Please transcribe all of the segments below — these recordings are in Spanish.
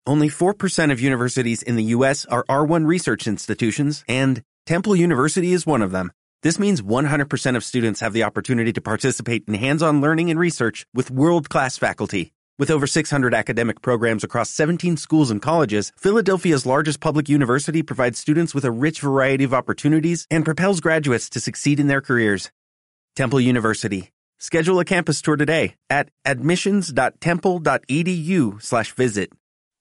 Only 4% of universities in the U.S. are R1 research institutions, and Temple University is one of them. This means 100% of students have the opportunity to participate in hands-on learning and research with world-class faculty. With over 600 academic programs across 17 schools and colleges, Philadelphia's largest public university provides students with a rich variety of opportunities and propels graduates to succeed in their careers. Temple University. Schedule a campus tour today at admissions.temple.edu/visit.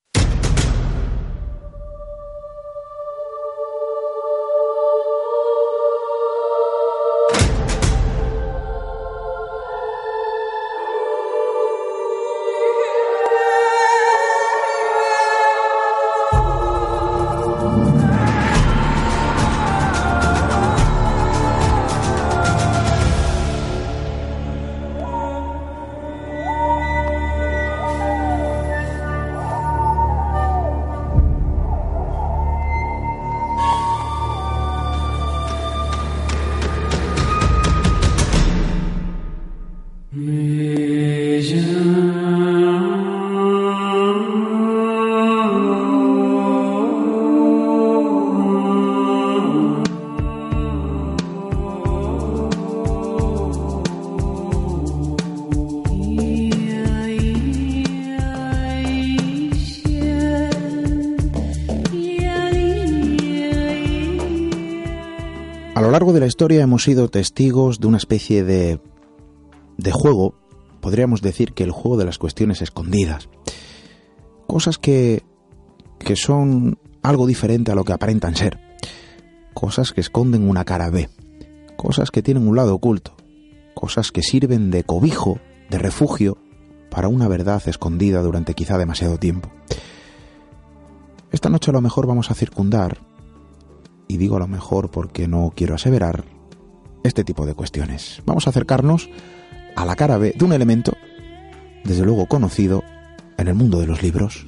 A lo largo de la historia hemos sido testigos de una especie de juego, podríamos decir que el juego de las cuestiones escondidas. Cosas que son algo diferente a lo que aparentan ser. Cosas que esconden una cara B. Cosas que tienen un lado oculto. Cosas que sirven de cobijo, de refugio, para una verdad escondida durante quizá demasiado tiempo. Esta noche a lo mejor vamos a circundar, y digo a lo mejor porque no quiero aseverar, este tipo de cuestiones. Vamos a acercarnos a la cara B de un elemento, desde luego conocido, en el mundo de los libros.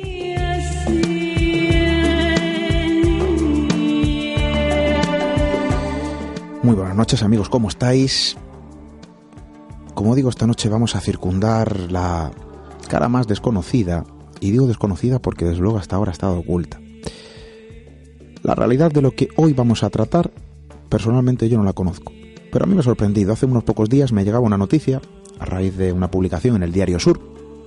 Muy buenas noches, amigos, ¿cómo estáis? Como digo, esta noche vamos a circundar la cara más desconocida, y digo desconocida porque desde luego hasta ahora ha estado oculta. La realidad de lo que hoy vamos a tratar, personalmente yo no la conozco, pero a mí me ha sorprendido. Hace unos pocos días me llegaba una noticia, a raíz de una publicación en el Diario Sur,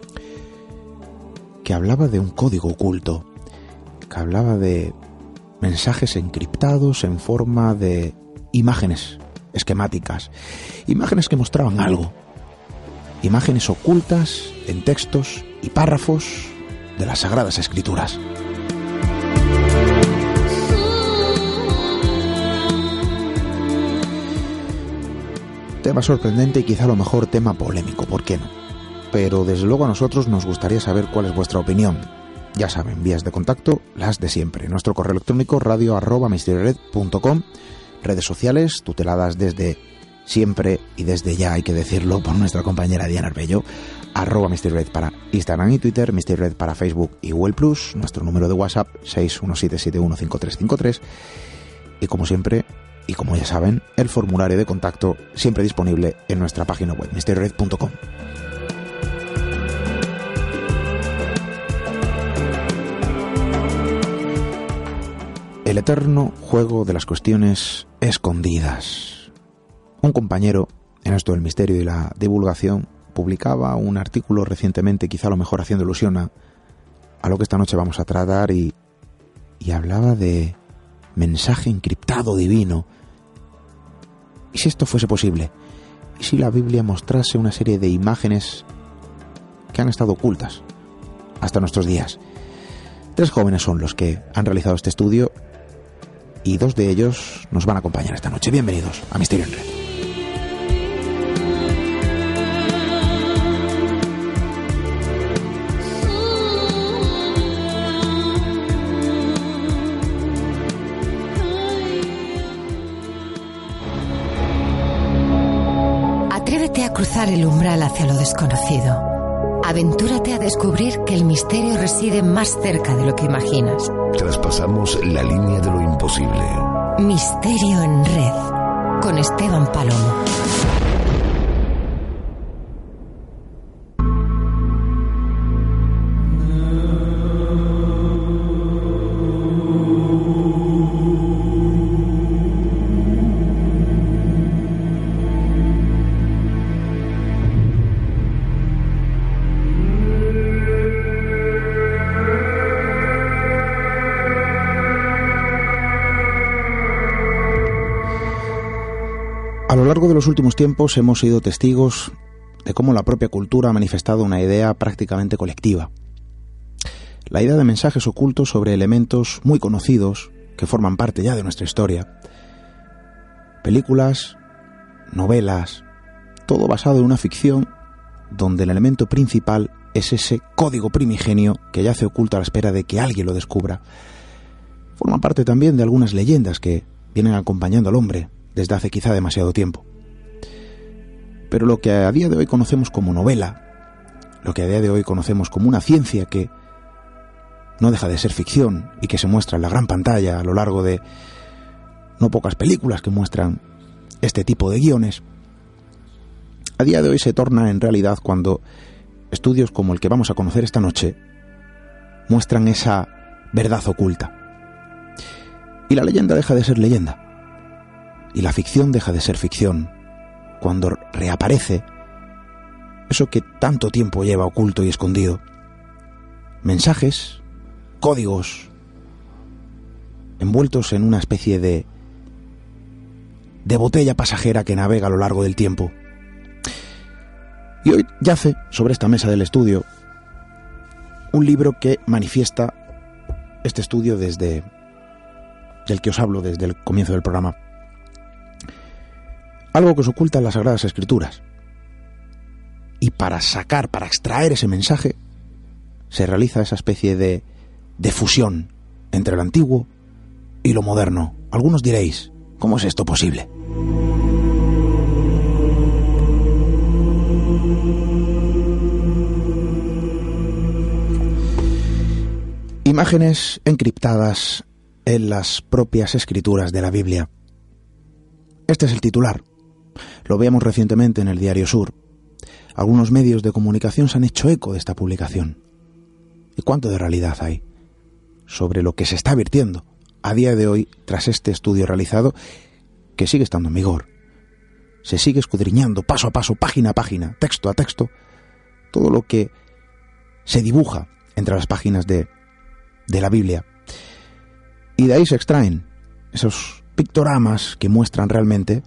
que hablaba de un código oculto, que hablaba de mensajes encriptados en forma de imágenes esquemáticas, imágenes que mostraban algo, imágenes ocultas en textos y párrafos de las Sagradas Escrituras. Tema sorprendente y quizá a lo mejor tema polémico, ¿por qué no? Pero desde luego a nosotros nos gustaría saber cuál es vuestra opinión. Ya saben, vías de contacto, las de siempre. Nuestro correo electrónico radio@misteriored.com, redes sociales tuteladas desde siempre y desde ya, hay que decirlo, por nuestra compañera Diana Arbello, @misteriored para Instagram y Twitter, misteriored para Facebook y Google+, nuestro número de WhatsApp 617715353 y como siempre, y como ya saben, el formulario de contacto siempre disponible en nuestra página web, misteriored.com. El eterno juego de las cuestiones escondidas. Un compañero en esto del misterio y la divulgación publicaba un artículo recientemente, quizá a lo mejor haciendo alusión a lo que esta noche vamos a tratar, y hablaba de mensaje encriptado divino. ¿Y si esto fuese posible? ¿Y si la Biblia mostrase una serie de imágenes que han estado ocultas hasta nuestros días? 3 jóvenes son los que han realizado este estudio y 2 de ellos nos van a acompañar esta noche. Bienvenidos a Misterio en Red. Atrévete a cruzar el umbral hacia lo desconocido. Aventúrate a descubrir que el misterio reside más cerca de lo que imaginas. Traspasamos la línea de lo imposible. Misterio en Red, con Esteban Palomo. A lo largo de los últimos tiempos hemos sido testigos de cómo la propia cultura ha manifestado una idea prácticamente colectiva. La idea de mensajes ocultos sobre elementos muy conocidos que forman parte ya de nuestra historia. Películas, novelas, todo basado en una ficción donde el elemento principal es ese código primigenio que yace oculto a la espera de que alguien lo descubra. Forman parte también de algunas leyendas que vienen acompañando al hombre desde hace quizá demasiado tiempo. Pero lo que a día de hoy conocemos como novela, lo que a día de hoy conocemos como una ciencia que no deja de ser ficción y que se muestra en la gran pantalla a lo largo de no pocas películas que muestran este tipo de guiones, a día de hoy se torna en realidad cuando estudios como el que vamos a conocer esta noche muestran esa verdad oculta. Y la leyenda deja de ser leyenda. Y la ficción deja de ser ficción cuando reaparece eso que tanto tiempo lleva oculto y escondido. Mensajes, códigos, envueltos en una especie de botella pasajera que navega a lo largo del tiempo. Y hoy yace sobre esta mesa del estudio un libro que manifiesta este estudio del que os hablo desde el comienzo del programa. Algo que os oculta en las Sagradas Escrituras. Y para extraer ese mensaje, se realiza esa especie de fusión entre lo antiguo y lo moderno. Algunos diréis, ¿cómo es esto posible? Imágenes encriptadas en las propias escrituras de la Biblia. Este es el titular. Lo veíamos recientemente en el Diario Sur. Algunos medios de comunicación se han hecho eco de esta publicación. ¿Y cuánto de realidad hay sobre lo que se está vertiendo a día de hoy tras este estudio realizado que sigue estando en vigor? Se sigue escudriñando paso a paso, página a página, texto a texto, todo lo que se dibuja entre las páginas de la Biblia. Y de ahí se extraen esos pictogramas que muestran realmente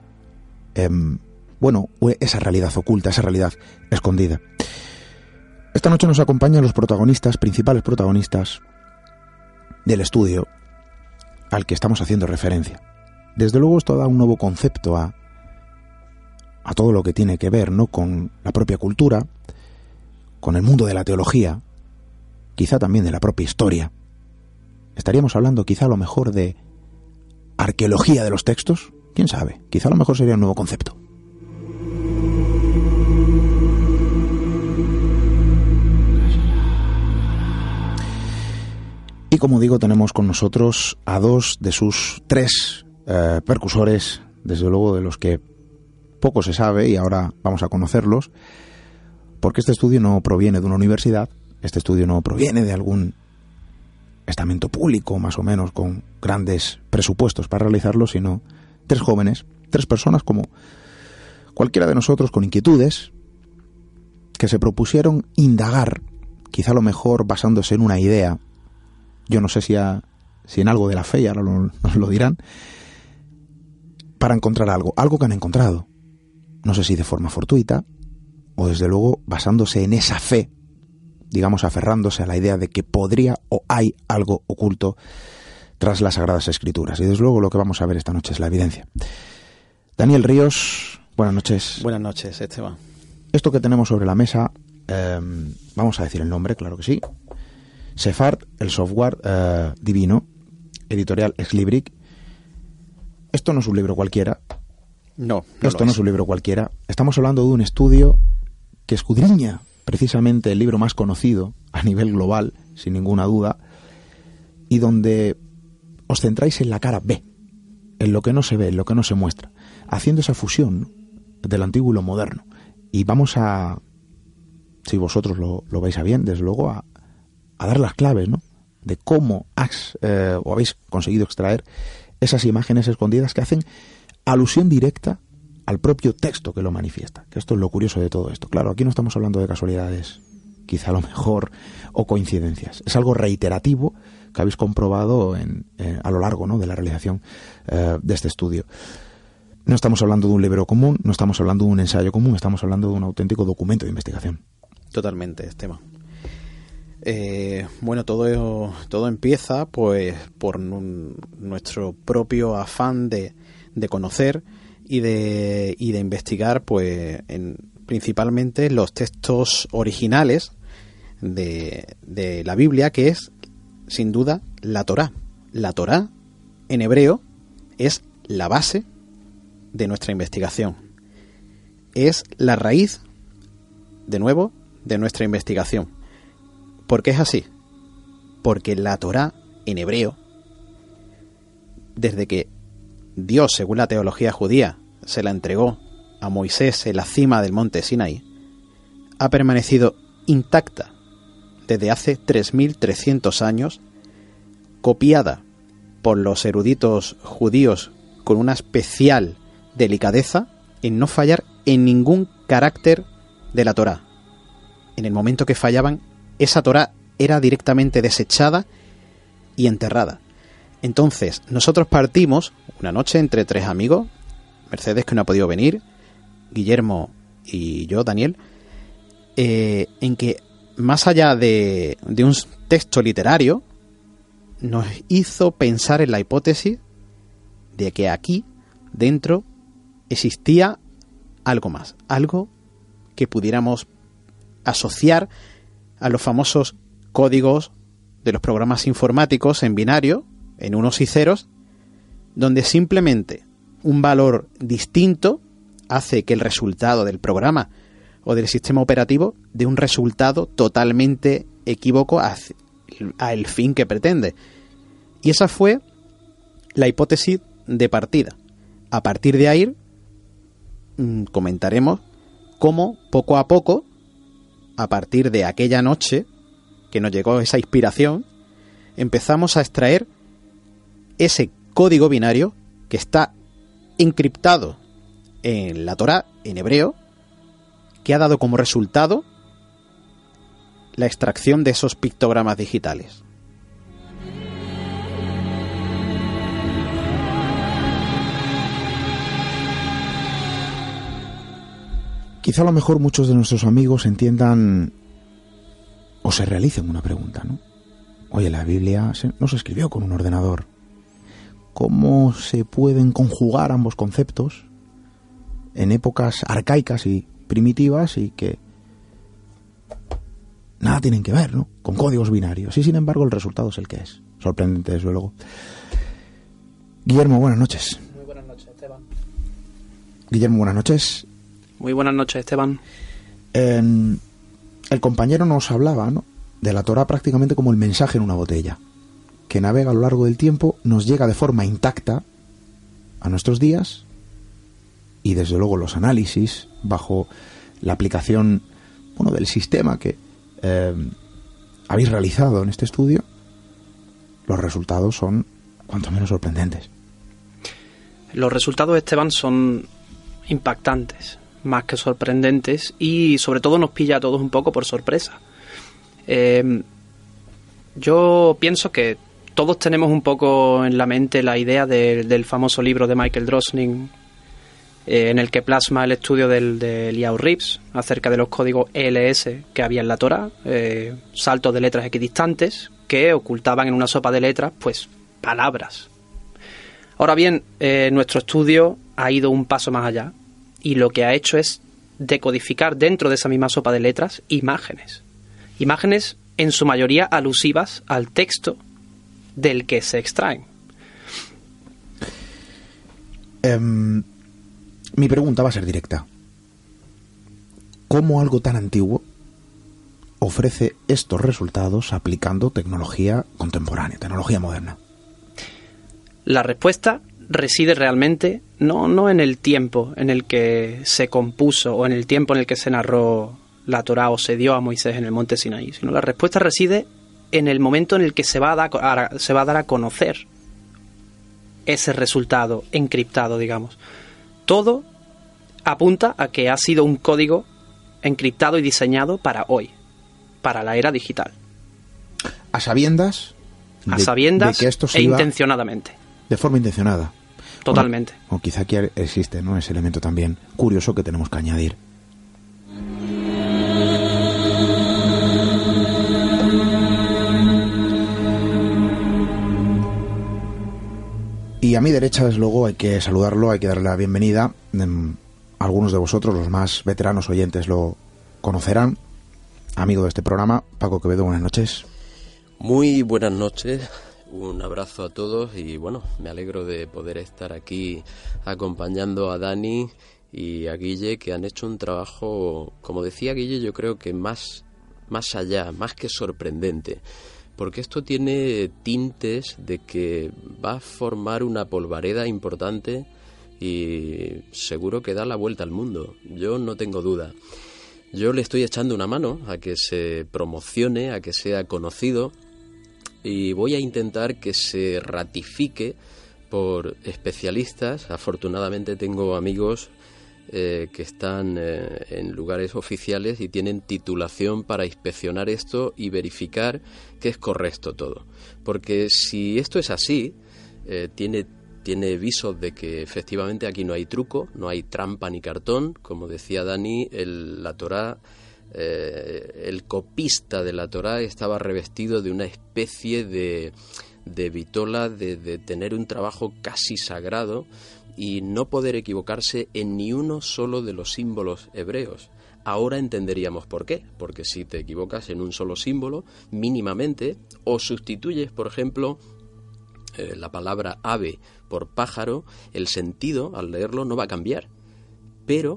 esa realidad oculta, esa realidad escondida. Esta noche nos acompañan los principales protagonistas del estudio al que estamos haciendo referencia. Desde luego esto da un nuevo concepto a todo lo que tiene que ver, ¿no?, con la propia cultura, con el mundo de la teología, quizá también de la propia historia. Estaríamos hablando quizá a lo mejor de arqueología de los textos. ¿Quién sabe? Quizá a lo mejor sería un nuevo concepto. Y como digo, tenemos con nosotros a dos de sus tres percursores, desde luego de los que poco se sabe y ahora vamos a conocerlos, porque este estudio no proviene de una universidad, este estudio no proviene de algún estamento público, más o menos, con grandes presupuestos para realizarlo, sino tres jóvenes, tres personas como cualquiera de nosotros con inquietudes, que se propusieron indagar, quizá a lo mejor basándose en una idea, yo no sé si en algo de la fe, y ahora nos lo dirán, para encontrar algo que han encontrado. No sé si de forma fortuita, o desde luego basándose en esa fe, digamos aferrándose a la idea de que podría o hay algo oculto tras las Sagradas Escrituras. Y desde luego lo que vamos a ver esta noche es la evidencia. Daniel Ríos, buenas noches. Buenas noches, Esteban. Esto que tenemos sobre la mesa, vamos a decir el nombre, claro que sí. Sefard, el software divino, editorial Exlibric. Esto no es un libro cualquiera. No Esto no es un libro cualquiera. Estamos hablando de un estudio que escudriña precisamente el libro más conocido a nivel global, sin ninguna duda, y donde os centráis en la cara B, en lo que no se ve, en lo que no se muestra, haciendo esa fusión, ¿no?, del antiguo y lo moderno. Y vamos a, si vosotros lo vais a bien, desde luego, a dar las claves, ¿no?, de cómo habéis conseguido extraer esas imágenes escondidas que hacen alusión directa al propio texto que lo manifiesta. Que esto es lo curioso de todo esto. Claro, aquí no estamos hablando de casualidades, quizá a lo mejor, o coincidencias. Es algo reiterativo que habéis comprobado a lo largo, ¿no?, de la realización de este estudio. No estamos hablando de un libro común, no estamos hablando de un ensayo común, estamos hablando de un auténtico documento de investigación. Totalmente, Esteban. Bueno, todo empieza pues por nuestro propio afán de conocer y de investigar, pues principalmente los textos originales de la Biblia, que es sin duda la Torá. La Torá en hebreo es la base de nuestra investigación. Es la raíz, de nuevo, de nuestra investigación. ¿Por qué es así? Porque la Torá en hebreo, desde que Dios, según la teología judía, se la entregó a Moisés en la cima del monte Sinaí, ha permanecido intacta desde hace 3.300 años, copiada por los eruditos judíos con una especial delicadeza en no fallar en ningún carácter de la Torá. En el momento que fallaban, esa Torá era directamente desechada y enterrada. Entonces, nosotros partimos una noche entre 3 amigos, Mercedes, que no ha podido venir, Guillermo y yo, Daniel, en que más allá de un texto literario, nos hizo pensar en la hipótesis de que aquí, dentro, existía algo más, algo que pudiéramos asociar a los famosos códigos de los programas informáticos en binario, en unos y ceros, donde simplemente un valor distinto hace que el resultado del programa o del sistema operativo dé un resultado totalmente equívoco al fin que pretende. Y esa fue la hipótesis de partida. A partir de ahí comentaremos cómo poco a poco, a partir de aquella noche que nos llegó esa inspiración, empezamos a extraer ese código binario que está encriptado en la Torá en hebreo, que ha dado como resultado la extracción de esos pictogramas digitales. Quizá a lo mejor muchos de nuestros amigos entiendan o se realicen una pregunta, ¿no? Oye, la Biblia no se escribió con un ordenador. ¿Cómo se pueden conjugar ambos conceptos en épocas arcaicas y primitivas y que nada tienen que ver, ¿no?, con códigos binarios? Y sin embargo el resultado es el que es. Sorprendente, desde luego. Guillermo, buenas noches. Muy buenas noches, Esteban. Guillermo, buenas noches. Muy buenas noches, Esteban. El compañero nos hablaba, ¿no?, de la Torá prácticamente como el mensaje en una botella, que navega a lo largo del tiempo, nos llega de forma intacta a nuestros días y desde luego los análisis bajo la aplicación, bueno, del sistema que habéis realizado en este estudio, los resultados son cuanto menos sorprendentes. Los resultados, Esteban, son impactantes, más que sorprendentes, y sobre todo nos pilla a todos un poco por sorpresa. Yo pienso que todos tenemos un poco en la mente la idea del famoso libro de Michael Drosnin, en el que plasma el estudio de Eliyahu Rives acerca de los códigos ELS que había en la Torá, saltos de letras equidistantes que ocultaban en una sopa de letras pues palabras. Ahora bien, nuestro estudio ha ido un paso más allá y lo que ha hecho es decodificar dentro de esa misma sopa de letras imágenes en su mayoría alusivas al texto del que se extraen. Mi pregunta va a ser directa. ¿Cómo algo tan antiguo ofrece estos resultados aplicando tecnología contemporánea, tecnología moderna? La respuesta reside realmente no en el tiempo en el que se compuso o en el tiempo en el que se narró la Torá o se dio a Moisés en el monte Sinaí, sino la respuesta reside en el momento en el que se va a dar a conocer ese resultado encriptado, digamos. Todo apunta a que ha sido un código encriptado y diseñado para hoy, para la era digital. A sabiendas de que esto se iba intencionadamente. De forma intencionada. totalmente. O quizá aquí existe, ¿no?, ese elemento también curioso que tenemos que añadir. Y a mi derecha, desde luego, hay que saludarlo, hay que darle la bienvenida. Algunos de vosotros, los más veteranos oyentes, lo conocerán. Amigo de este programa, Paco Quevedo, buenas noches. Muy buenas noches, un abrazo a todos y bueno, me alegro de poder estar aquí acompañando a Dani y a Guille, que han hecho un trabajo, como decía Guille, yo creo que más allá, más que sorprendente. Porque esto tiene tintes de que va a formar una polvareda importante y seguro que da la vuelta al mundo. Yo no tengo duda. Yo le estoy echando una mano a que se promocione, a que sea conocido y voy a intentar que se ratifique por especialistas. Afortunadamente tengo amigos que están en lugares oficiales y tienen titulación para inspeccionar esto y verificar que es correcto todo. Porque si esto es así, tiene visos de que efectivamente aquí no hay truco, no hay trampa ni cartón. Como decía Dani, la Torá, el copista de la Torá estaba revestido de una especie de vitola, de tener un trabajo casi sagrado y no poder equivocarse en ni uno solo de los símbolos hebreos. Ahora entenderíamos por qué, porque si te equivocas en un solo símbolo, mínimamente, o sustituyes, por ejemplo, la palabra ave por pájaro, el sentido, al leerlo, no va a cambiar. Pero,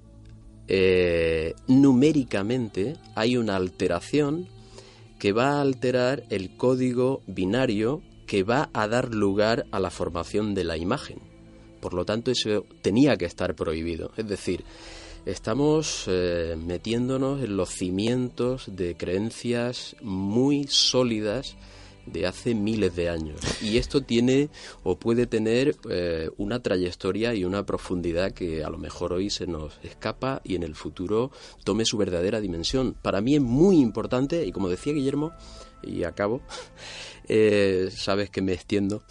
numéricamente, hay una alteración que va a alterar el código binario que va a dar lugar a la formación de la imagen. Por lo tanto, eso tenía que estar prohibido. Es decir, estamos metiéndonos en los cimientos de creencias muy sólidas de hace miles de años. Y esto tiene o puede tener una trayectoria y una profundidad que a lo mejor hoy se nos escapa y en el futuro tome su verdadera dimensión. Para mí es muy importante, y como decía Guillermo, y acabo, sabes que me extiendo,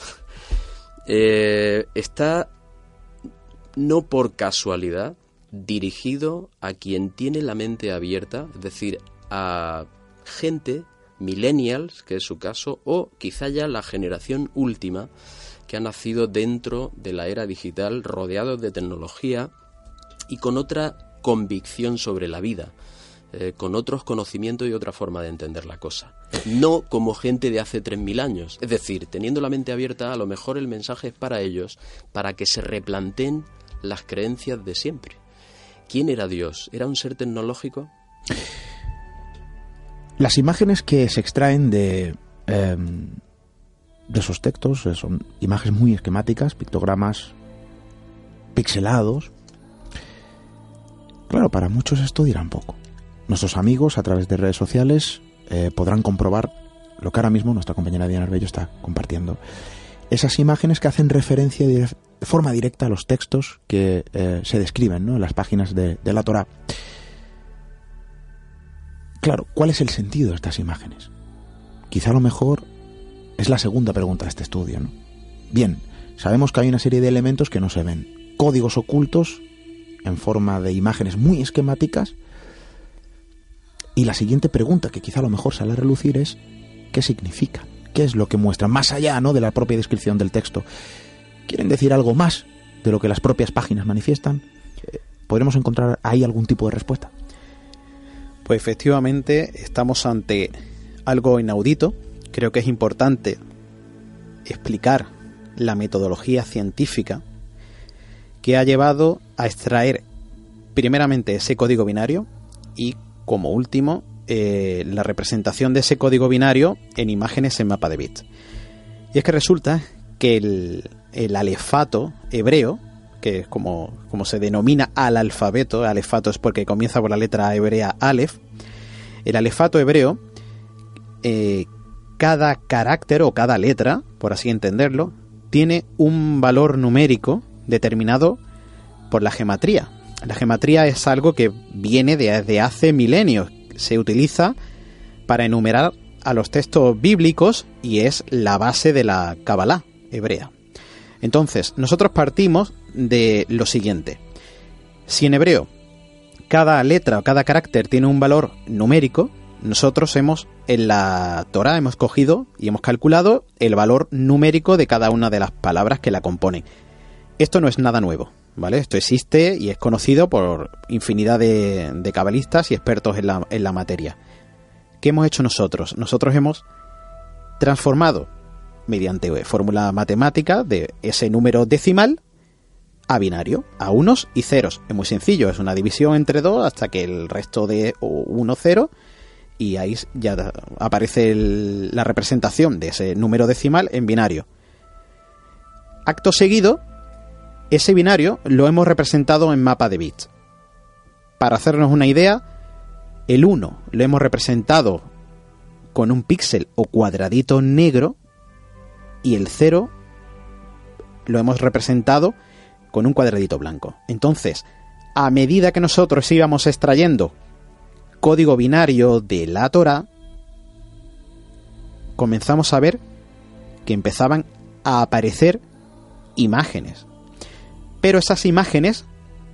está no por casualidad dirigido a quien tiene la mente abierta, es decir, a gente, millennials, que es su caso, o quizá ya la generación última que ha nacido dentro de la era digital, rodeados de tecnología y con otra convicción sobre la vida, con otros conocimientos y otra forma de entender la cosa. No como gente de hace 3000 años. Es decir, teniendo la mente abierta, a lo mejor el mensaje es para ellos, para que se replanteen las creencias de siempre. ¿Quién era Dios? ¿Era un ser tecnológico? Las imágenes que se extraen de esos textos son imágenes muy esquemáticas, pictogramas pixelados. Claro, para muchos esto dirán poco. Nuestros amigos a través de redes sociales podrán comprobar lo que ahora mismo nuestra compañera Diana Arbello está compartiendo. Esas imágenes que hacen referencia de forma directa a los textos que se describen, ¿no?, en las páginas de la Torá. Claro, ¿cuál es el sentido de estas imágenes? Quizá a lo mejor es la segunda pregunta de este estudio, ¿no? Bien, sabemos que hay una serie de elementos que no se ven. Códigos ocultos en forma de imágenes muy esquemáticas. Y la siguiente pregunta que quizá a lo mejor sale a relucir es ¿qué significa? ¿Qué es lo que muestra? Más allá, ¿no?, de la propia descripción del texto. ¿Quieren decir algo más de lo que las propias páginas manifiestan? ¿Podremos encontrar ahí algún tipo de respuesta? Pues efectivamente estamos ante algo inaudito. Creo que es importante explicar la metodología científica que ha llevado a extraer primeramente ese código binario y, como último, la representación de ese código binario en imágenes en mapa de bits. Y es que resulta que el alefato hebreo, que es como se denomina al alfabeto, alefato es porque comienza por la letra hebrea Aleph, el alefato hebreo, cada carácter o cada letra, por así entenderlo, tiene un valor numérico determinado por la gematría. La gematría es algo que viene desde hace milenios, se utiliza para enumerar a los textos bíblicos y es la base de la Kabbalah hebrea. Entonces, nosotros partimos de lo siguiente. Si en hebreo cada letra o cada carácter tiene un valor numérico, nosotros en la Torá hemos cogido y hemos calculado el valor numérico de cada una de las palabras que la componen. Esto no es nada nuevo, ¿vale? Esto existe y es conocido por infinidad de cabalistas y expertos en la materia. ¿Qué hemos hecho nosotros? Nosotros hemos transformado mediante fórmula matemática de ese número decimal a binario, a unos y ceros. Es muy sencillo, es una división entre 2 hasta que el resto de 1, 0, y ahí ya aparece la representación de ese número decimal en binario. Acto seguido, ese binario lo hemos representado en mapa de bits. Para hacernos una idea, el 1 lo hemos representado con un píxel o cuadradito negro y el 0 lo hemos representado con un cuadradito blanco. Entonces, a medida que nosotros íbamos extrayendo código binario de la Torá, comenzamos a ver que empezaban a aparecer imágenes. Pero esas imágenes,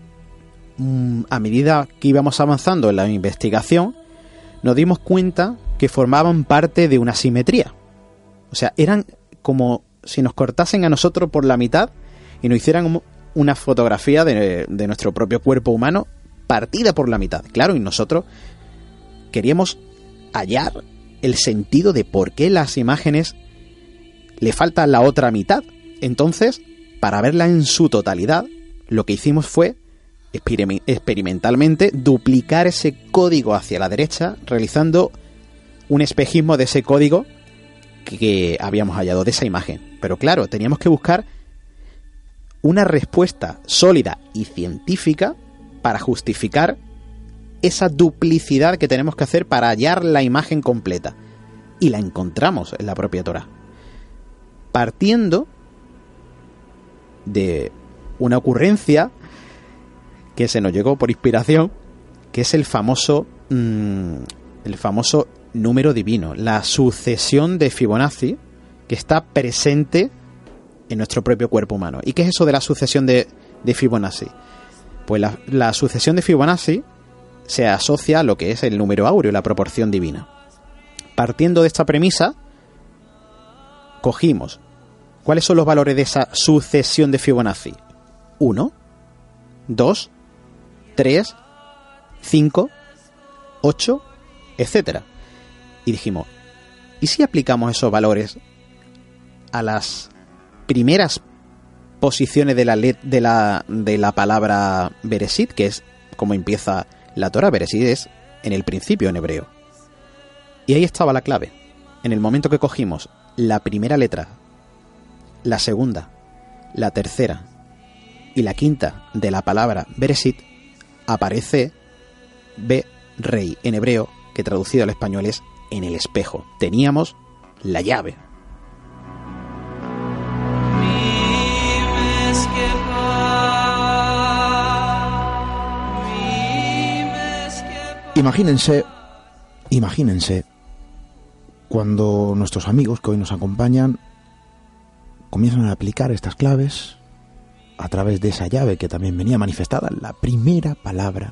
a medida que íbamos avanzando en la investigación, nos dimos cuenta que formaban parte de una simetría. O sea, eran como si nos cortasen a nosotros por la mitad y nos hicieran una fotografía de nuestro propio cuerpo humano partida por la mitad. Claro, y nosotros queríamos hallar el sentido de por qué las imágenes le faltan la otra mitad. Entonces, para verla en su totalidad, lo que hicimos fue experimentalmente duplicar ese código hacia la derecha, realizando un espejismo de ese código que habíamos hallado de esa imagen. Pero claro, teníamos que buscar una respuesta sólida y científica para justificar esa duplicidad que tenemos que hacer para hallar la imagen completa. Y la encontramos en la propia Torá. Partiendo de una ocurrencia que se nos llegó por inspiración, que es el famoso número divino, la sucesión de Fibonacci, que está presente en nuestro propio cuerpo humano. ¿Y qué es eso de la sucesión de Fibonacci? Pues la sucesión de Fibonacci se asocia a lo que es el número áureo, la proporción divina. Partiendo de esta premisa, cogimos ¿cuáles son los valores de esa sucesión de Fibonacci? 1, 2, 3, 5, 8, etc. Y dijimos, ¿y si aplicamos esos valores a las primeras posiciones de la palabra Bereshit, que es como empieza la Torá? Bereshit es en el principio en hebreo. Y ahí estaba la clave. En el momento que cogimos la primera letra, la segunda, la tercera y la quinta de la palabra Bereshit, aparece Be-Rei en hebreo, que traducido al español es en el espejo. Teníamos la llave. Imagínense cuando nuestros amigos que hoy nos acompañan comienzan a aplicar estas claves a través de esa llave que también venía manifestada en la primera palabra,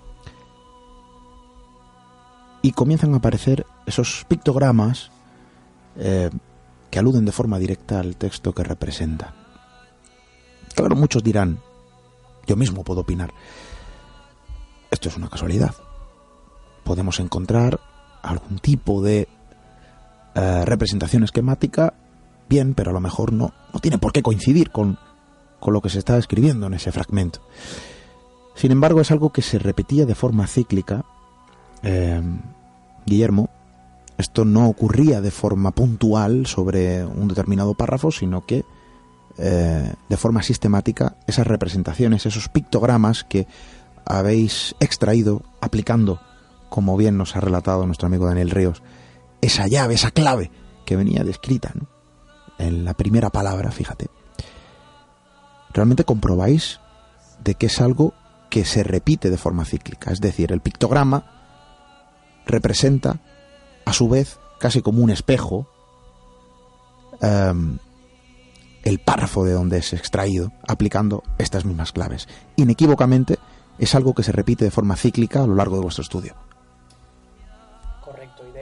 y comienzan a aparecer esos pictogramas que aluden de forma directa al texto que representa. Claro, muchos dirán, yo mismo puedo opinar, esto es una casualidad. Podemos encontrar algún tipo de representación esquemática, bien, pero a lo mejor no tiene por qué coincidir con lo que se está escribiendo en ese fragmento. Sin embargo, es algo que se repetía de forma cíclica, Guillermo. Esto no ocurría de forma puntual sobre un determinado párrafo, sino que de forma sistemática esas representaciones, esos pictogramas que habéis extraído aplicando, como bien nos ha relatado nuestro amigo Daniel Ríos, esa llave, esa clave que venía descrita, ¿no?, en la primera palabra, fíjate. Realmente comprobáis de que es algo que se repite de forma cíclica. Es decir, el pictograma representa, a su vez, casi como un espejo, el párrafo de donde es extraído, aplicando estas mismas claves. Inequívocamente es algo que se repite de forma cíclica a lo largo de vuestro estudio. Correcto,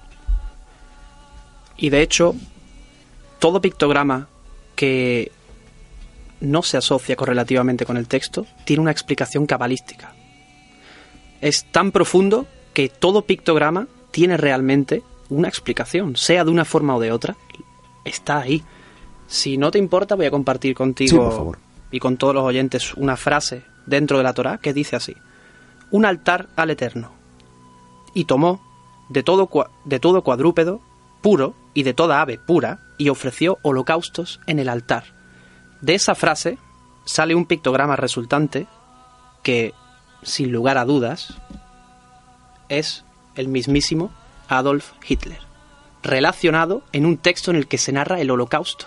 y de hecho, todo pictograma que no se asocia correlativamente con el texto tiene una explicación cabalística. Es tan profundo que todo pictograma tiene realmente una explicación, sea de una forma o de otra, está ahí. Si no te importa, voy a compartir contigo, sí, por favor, y con todos los oyentes una frase dentro de la Torá que dice así: un altar al Eterno, y tomó de todo cuadrúpedo puro y de toda ave pura, y ofreció holocaustos en el altar. De esa frase sale un pictograma resultante que, sin lugar a dudas, es el mismísimo Adolf Hitler, relacionado en un texto en el que se narra el holocausto.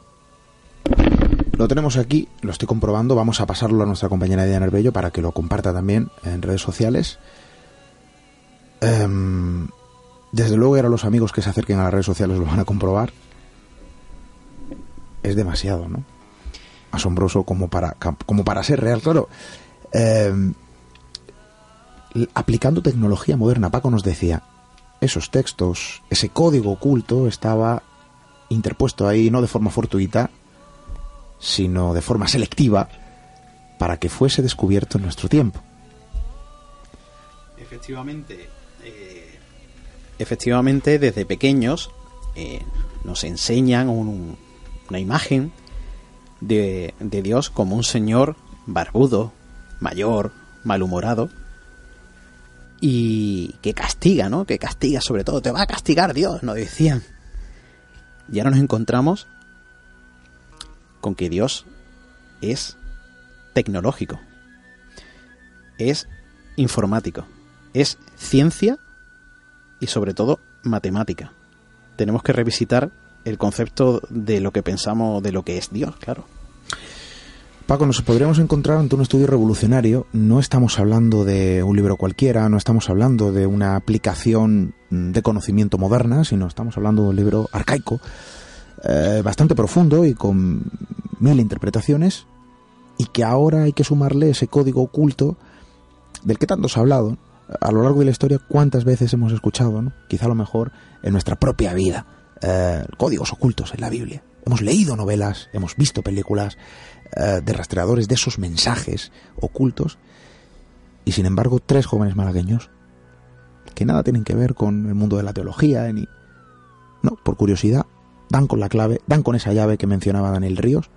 Lo tenemos aquí, lo estoy comprobando, vamos a pasarlo a nuestra compañera Diana Arbello para que lo comparta también en redes sociales. Desde luego, ahora los amigos que se acerquen a las redes sociales lo van a comprobar. Es demasiado, ¿no? Asombroso como para ser real, claro. Aplicando tecnología moderna, Paco nos decía, esos textos, ese código oculto estaba interpuesto ahí no de forma fortuita, sino de forma selectiva, para que fuese descubierto en nuestro tiempo. Efectivamente, desde pequeños nos enseñan una imagen de Dios como un señor barbudo, mayor, malhumorado, y que castiga, ¿no? Que castiga sobre todo. Te va a castigar Dios, nos decían. Y ahora nos encontramos con que Dios es tecnológico, es informático, es ciencia y sobre todo matemática. Tenemos que revisitar el concepto de lo que pensamos de lo que es Dios, claro. Paco, nos podríamos encontrar ante un estudio revolucionario. No estamos hablando de un libro cualquiera, no estamos hablando de una aplicación de conocimiento moderna, sino estamos hablando de un libro arcaico, bastante profundo y con 1000 interpretaciones, y que ahora hay que sumarle ese código oculto del que tanto se ha hablado a lo largo de la historia. ¿Cuántas veces hemos escuchado, ¿no? Quizá a lo mejor en nuestra propia vida, códigos ocultos en la Biblia? Hemos leído novelas, hemos visto películas de rastreadores de esos mensajes ocultos, y sin embargo 3 jóvenes malagueños que nada tienen que ver con el mundo de la teología ni... No, por curiosidad dan con la clave, dan con esa llave que mencionaba Daniel Ríos,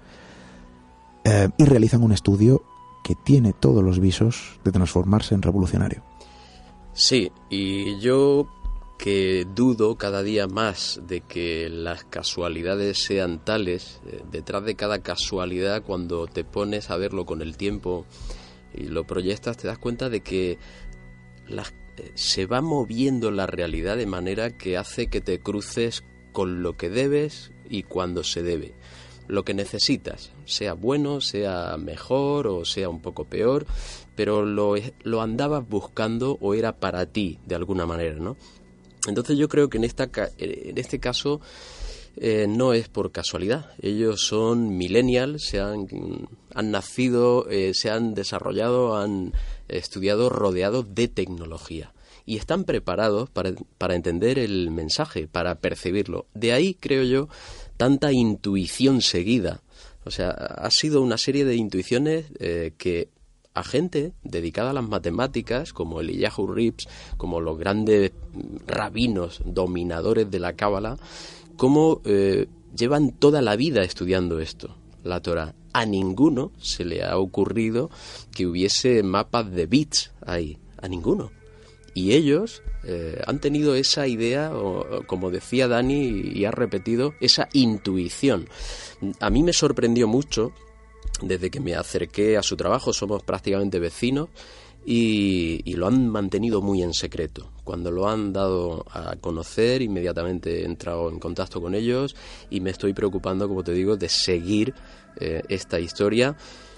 y realizan un estudio que tiene todos los visos de transformarse en revolucionario. Sí, y yo que dudo cada día más de que las casualidades sean tales, detrás de cada casualidad, cuando te pones a verlo con el tiempo y lo proyectas, te das cuenta de que se va moviendo la realidad de manera que hace que te cruces con lo que debes y cuando se debe. Lo que necesitas, sea bueno, sea mejor o sea un poco peor, pero lo andabas buscando o era para ti de alguna manera, ¿no? Entonces yo creo que en este caso no es por casualidad. Ellos son millennials, han nacido, se han desarrollado, han estudiado rodeados de tecnología y están preparados para entender el mensaje, para percibirlo. De ahí, creo yo, tanta intuición seguida. O sea, ha sido una serie de intuiciones que a gente dedicada a las matemáticas, como Eliyahu Rips, como los grandes rabinos dominadores de la Cábala, como llevan toda la vida estudiando esto, la Torá. A ninguno se le ha ocurrido que hubiese mapas de bits ahí, a ninguno. Y ellos han tenido esa idea, o como decía Dani y ha repetido, esa intuición. A mí me sorprendió mucho desde que me acerqué a su trabajo. Somos prácticamente vecinos y lo han mantenido muy en secreto. Cuando lo han dado a conocer, inmediatamente he entrado en contacto con ellos y me estoy preocupando, como te digo, de seguir esta historia.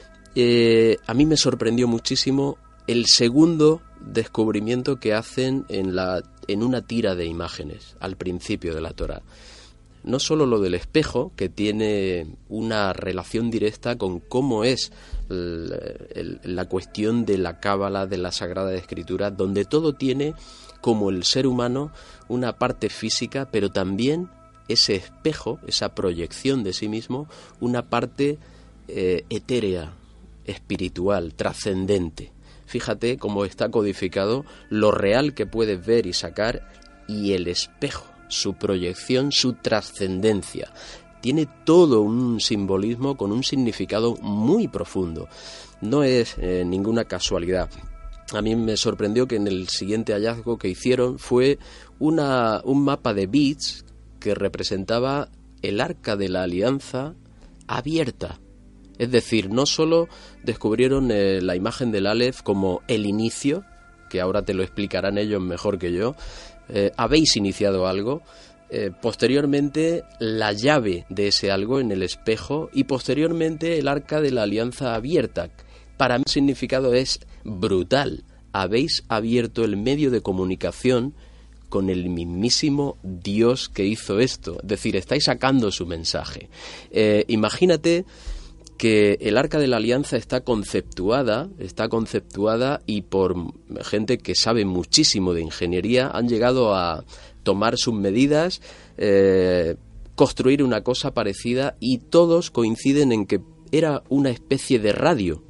A mí me sorprendió muchísimo el segundo descubrimiento que hacen en una tira de imágenes al principio de la Torá. no solo lo del espejo, que tiene una relación directa con cómo es la cuestión de la cábala, de la Sagrada Escritura, donde todo tiene, como el ser humano, una parte física, pero también ese espejo, esa proyección de sí mismo, una parte etérea, espiritual, trascendente. Fíjate cómo está codificado lo real que puedes ver y sacar, y el espejo, su proyección, su trascendencia. Tiene todo un simbolismo con un significado muy profundo. No es ninguna casualidad. A mí me sorprendió que en el siguiente hallazgo que hicieron fue un mapa de bits que representaba el Arca de la Alianza abierta. Es decir, no solo descubrieron la imagen del Aleph como el inicio, que ahora te lo explicarán ellos mejor que yo, habéis iniciado algo, posteriormente la llave de ese algo en el espejo y posteriormente el Arca de la Alianza abierta. Para mí el significado es brutal. Habéis abierto el medio de comunicación con el mismísimo Dios que hizo esto. Es decir, estáis sacando su mensaje. Imagínate que el Arca de la Alianza está conceptuada y por gente que sabe muchísimo de ingeniería han llegado a tomar sus medidas, construir una cosa parecida, y todos coinciden en que era una especie de radio,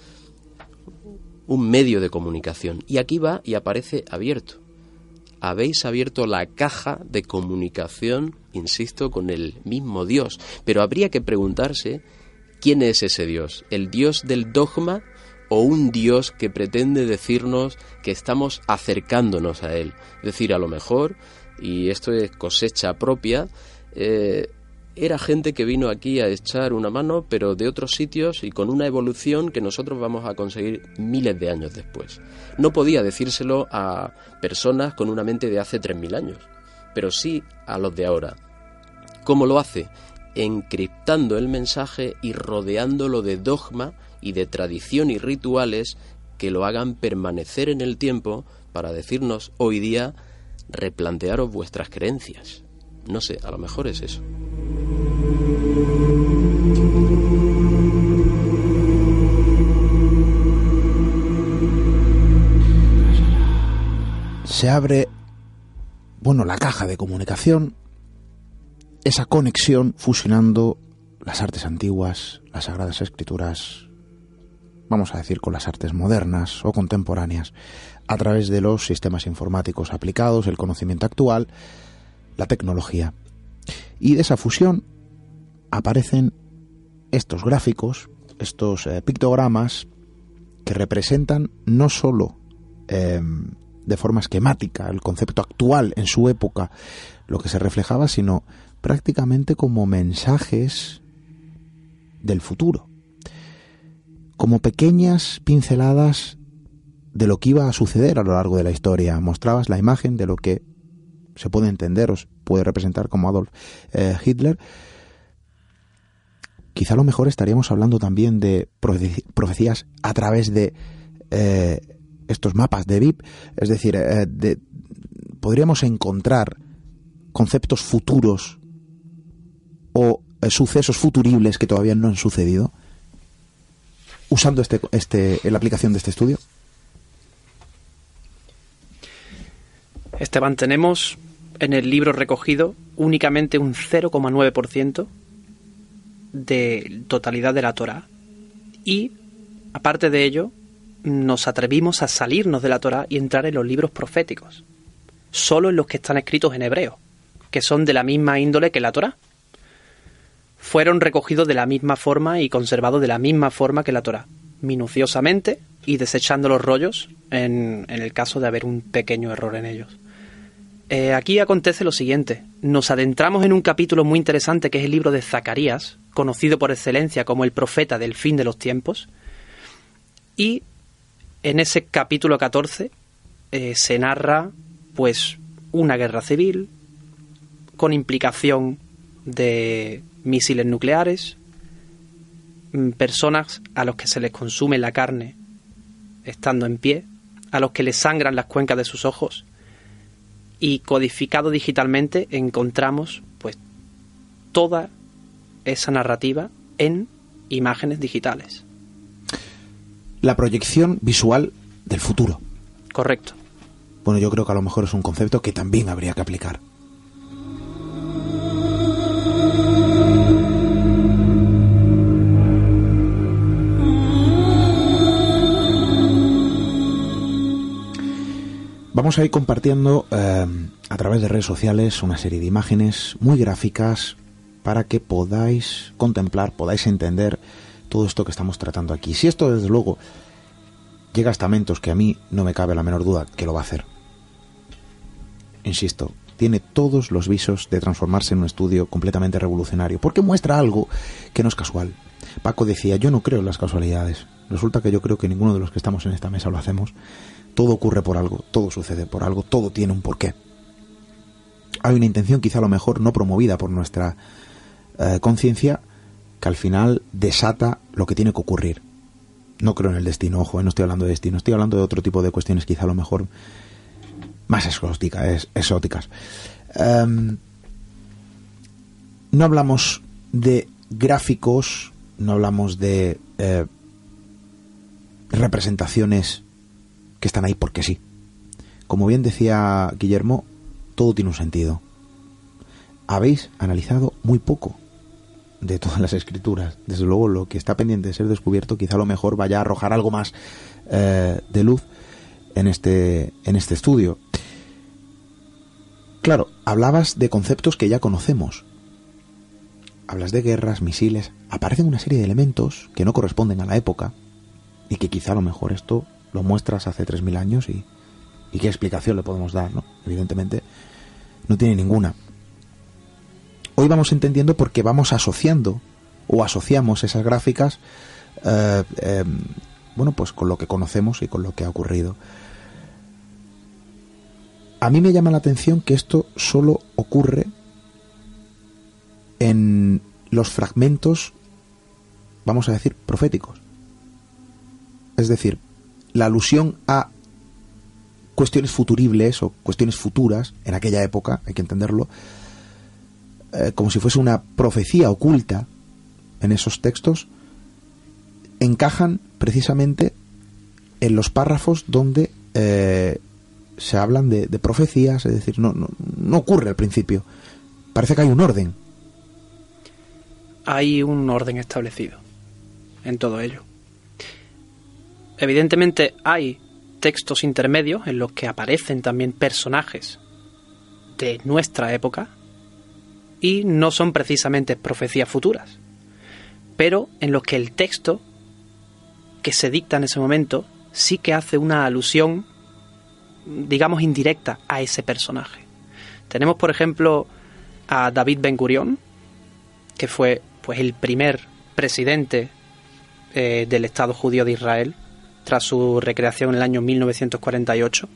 un medio de comunicación. Y aquí va y aparece abierto. Habéis abierto la caja de comunicación, insisto, con el mismo Dios. Pero habría que preguntarse, ¿quién es ese Dios? ¿El Dios del dogma o un Dios que pretende decirnos que estamos acercándonos a Él? Es decir, a lo mejor, y esto es cosecha propia, era gente que vino aquí a echar una mano, pero de otros sitios y con una evolución que nosotros vamos a conseguir miles de años después. No podía decírselo a personas con una mente de hace 3.000 años, pero sí a los de ahora. ¿Cómo lo hace? Encriptando el mensaje y rodeándolo de dogma y de tradición y rituales que lo hagan permanecer en el tiempo para decirnos hoy día: replantearos vuestras creencias. No sé, a lo mejor es eso. Se abre, la caja de comunicación, esa conexión fusionando las artes antiguas, las Sagradas Escrituras, vamos a decir con las artes modernas o contemporáneas, a través de los sistemas informáticos aplicados, el conocimiento actual, la tecnología. Y de esa fusión aparecen estos gráficos, estos pictogramas que representan no solo de forma esquemática el concepto actual en su época, lo que se reflejaba, sino prácticamente como mensajes del futuro, como pequeñas pinceladas de lo que iba a suceder a lo largo de la historia. Mostrabas la imagen de lo que se puede entender o se puede representar como Adolf Hitler. Quizá a lo mejor estaríamos hablando también de profecías a través de estos mapas de VIP, es decir, podríamos encontrar conceptos futuros o sucesos futuribles que todavía no han sucedido usando la aplicación de este estudio. Esteban, tenemos en el libro recogido únicamente un 0,9% de totalidad de la Torá, y aparte de ello nos atrevimos a salirnos de la Torá y entrar en los libros proféticos, solo en los que están escritos en hebreo, que son de la misma índole que la Torá. Fueron recogidos de la misma forma y conservados de la misma forma que la Torá, minuciosamente y desechando los rollos en el caso de haber un pequeño error en ellos. Aquí acontece lo siguiente: nos adentramos en un capítulo muy interesante que es el libro de Zacarías, conocido por excelencia como el profeta del fin de los tiempos, y en ese capítulo 14 se narra pues una guerra civil con implicación de misiles nucleares, personas a los que se les consume la carne estando en pie, a los que les sangran las cuencas de sus ojos, y codificado digitalmente encontramos pues toda esa narrativa en imágenes digitales. La proyección visual del futuro. Correcto. Bueno, yo creo que a lo mejor es un concepto que también habría que aplicar. Vamos a ir compartiendo a través de redes sociales una serie de imágenes muy gráficas para que podáis contemplar, podáis entender todo esto que estamos tratando aquí. Si esto, desde luego, llega a estamentos, que a mí no me cabe la menor duda que lo va a hacer, insisto, tiene todos los visos de transformarse en un estudio completamente revolucionario, porque muestra algo que no es casual. Paco decía, yo no creo en las casualidades. Resulta que yo creo que ninguno de los que estamos en esta mesa lo hacemos. Todo ocurre por algo, todo sucede por algo, todo tiene un porqué. Hay una intención, quizá a lo mejor no promovida por nuestra conciencia, que al final desata lo que tiene que ocurrir. No creo en el destino, ojo, no estoy hablando de destino, estoy hablando de otro tipo de cuestiones, quizá a lo mejor más exóticas. No hablamos de gráficos, no hablamos de representaciones que están ahí porque sí. Como bien decía Guillermo, todo tiene un sentido. Habéis analizado muy poco de todas las escrituras. Desde luego, lo que está pendiente de ser descubierto quizá a lo mejor vaya a arrojar algo más de luz en este estudio. Claro, hablabas de conceptos que ya conocemos. Hablas de guerras, misiles. Aparecen una serie de elementos que no corresponden a la época y que quizá a lo mejor esto lo muestras hace 3.000 años y qué explicación le podemos dar, ¿no? Evidentemente no tiene ninguna. Hoy vamos entendiendo porque vamos asociando o asociamos esas gráficas bueno, pues con lo que conocemos y con lo que ha ocurrido. A mí me llama la atención que esto solo ocurre en los fragmentos, vamos a decir, proféticos. Es decir, la alusión a cuestiones futuribles o cuestiones futuras en aquella época, hay que entenderlo, como si fuese una profecía oculta en esos textos, encajan precisamente en los párrafos donde se hablan de profecías, es decir, no ocurre al principio. Parece que hay un orden. Hay un orden establecido en todo ello. Evidentemente hay textos intermedios en los que aparecen también personajes de nuestra época y no son precisamente profecías futuras, pero en los que el texto que se dicta en ese momento sí que hace una alusión, digamos, indirecta a ese personaje. Tenemos, por ejemplo, a David Ben Gurión, que fue pues el primer presidente del Estado judío de Israel tras su recreación en el año 1948,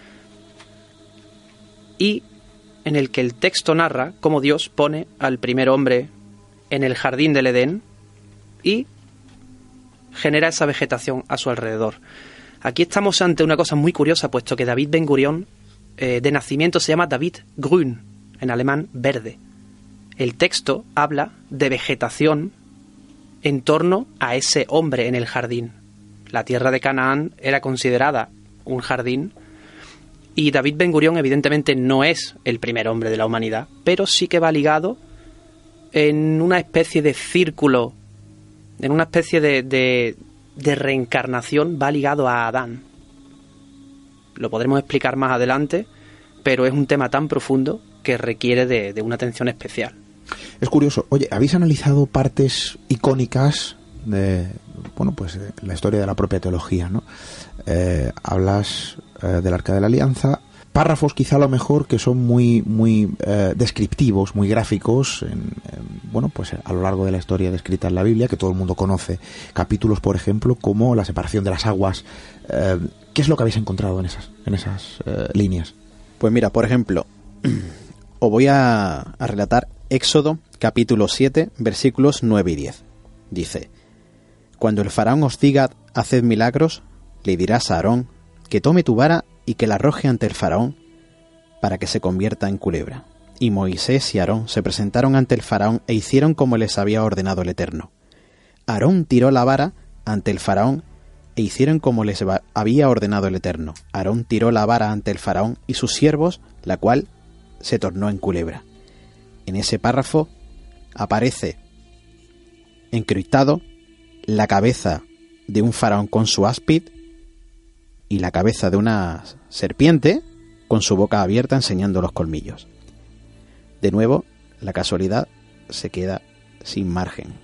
y en el que el texto narra cómo Dios pone al primer hombre en el jardín del Edén y genera esa vegetación a su alrededor. Aquí estamos ante una cosa muy curiosa, puesto que David Ben Gurión de nacimiento se llama David Grün, en alemán verde. El texto habla de vegetación en torno a ese hombre en el jardín. La tierra de Canaán era considerada un jardín y David Ben Gurión evidentemente no es el primer hombre de la humanidad, pero sí que va ligado en una especie de círculo, en una especie de reencarnación, va ligado a Adán. Lo podremos explicar más adelante, pero es un tema tan profundo que requiere de una atención especial. Es curioso. Oye, ¿habéis analizado partes icónicas de, bueno, pues la historia de la propia teología, ¿no? Hablas del Arca de la Alianza, párrafos quizá a lo mejor que son muy descriptivos, muy gráficos, bueno, pues a lo largo de la historia descrita en la Biblia, que todo el mundo conoce. Capítulos, por ejemplo, como la separación de las aguas. ¿Qué es lo que habéis encontrado en esas líneas? Pues mira, por ejemplo, os voy a relatar Éxodo capítulo 7, versículos 9 y 10. Dice: Cuando el faraón os diga haced milagros, le dirás a Aarón que tome tu vara y que la arroje ante el faraón para que se convierta en culebra. y Moisés y Aarón se presentaron ante el faraón e hicieron como les había ordenado el Eterno. Aarón tiró la vara ante el faraón e hicieron como les había ordenado el Eterno. Aarón tiró la vara ante el faraón y sus siervos, la cual se tornó en culebra. En ese párrafo aparece encriptado la cabeza de un faraón con su áspid y la cabeza de una serpiente con su boca abierta enseñando los colmillos. De nuevo, la casualidad se queda sin margen.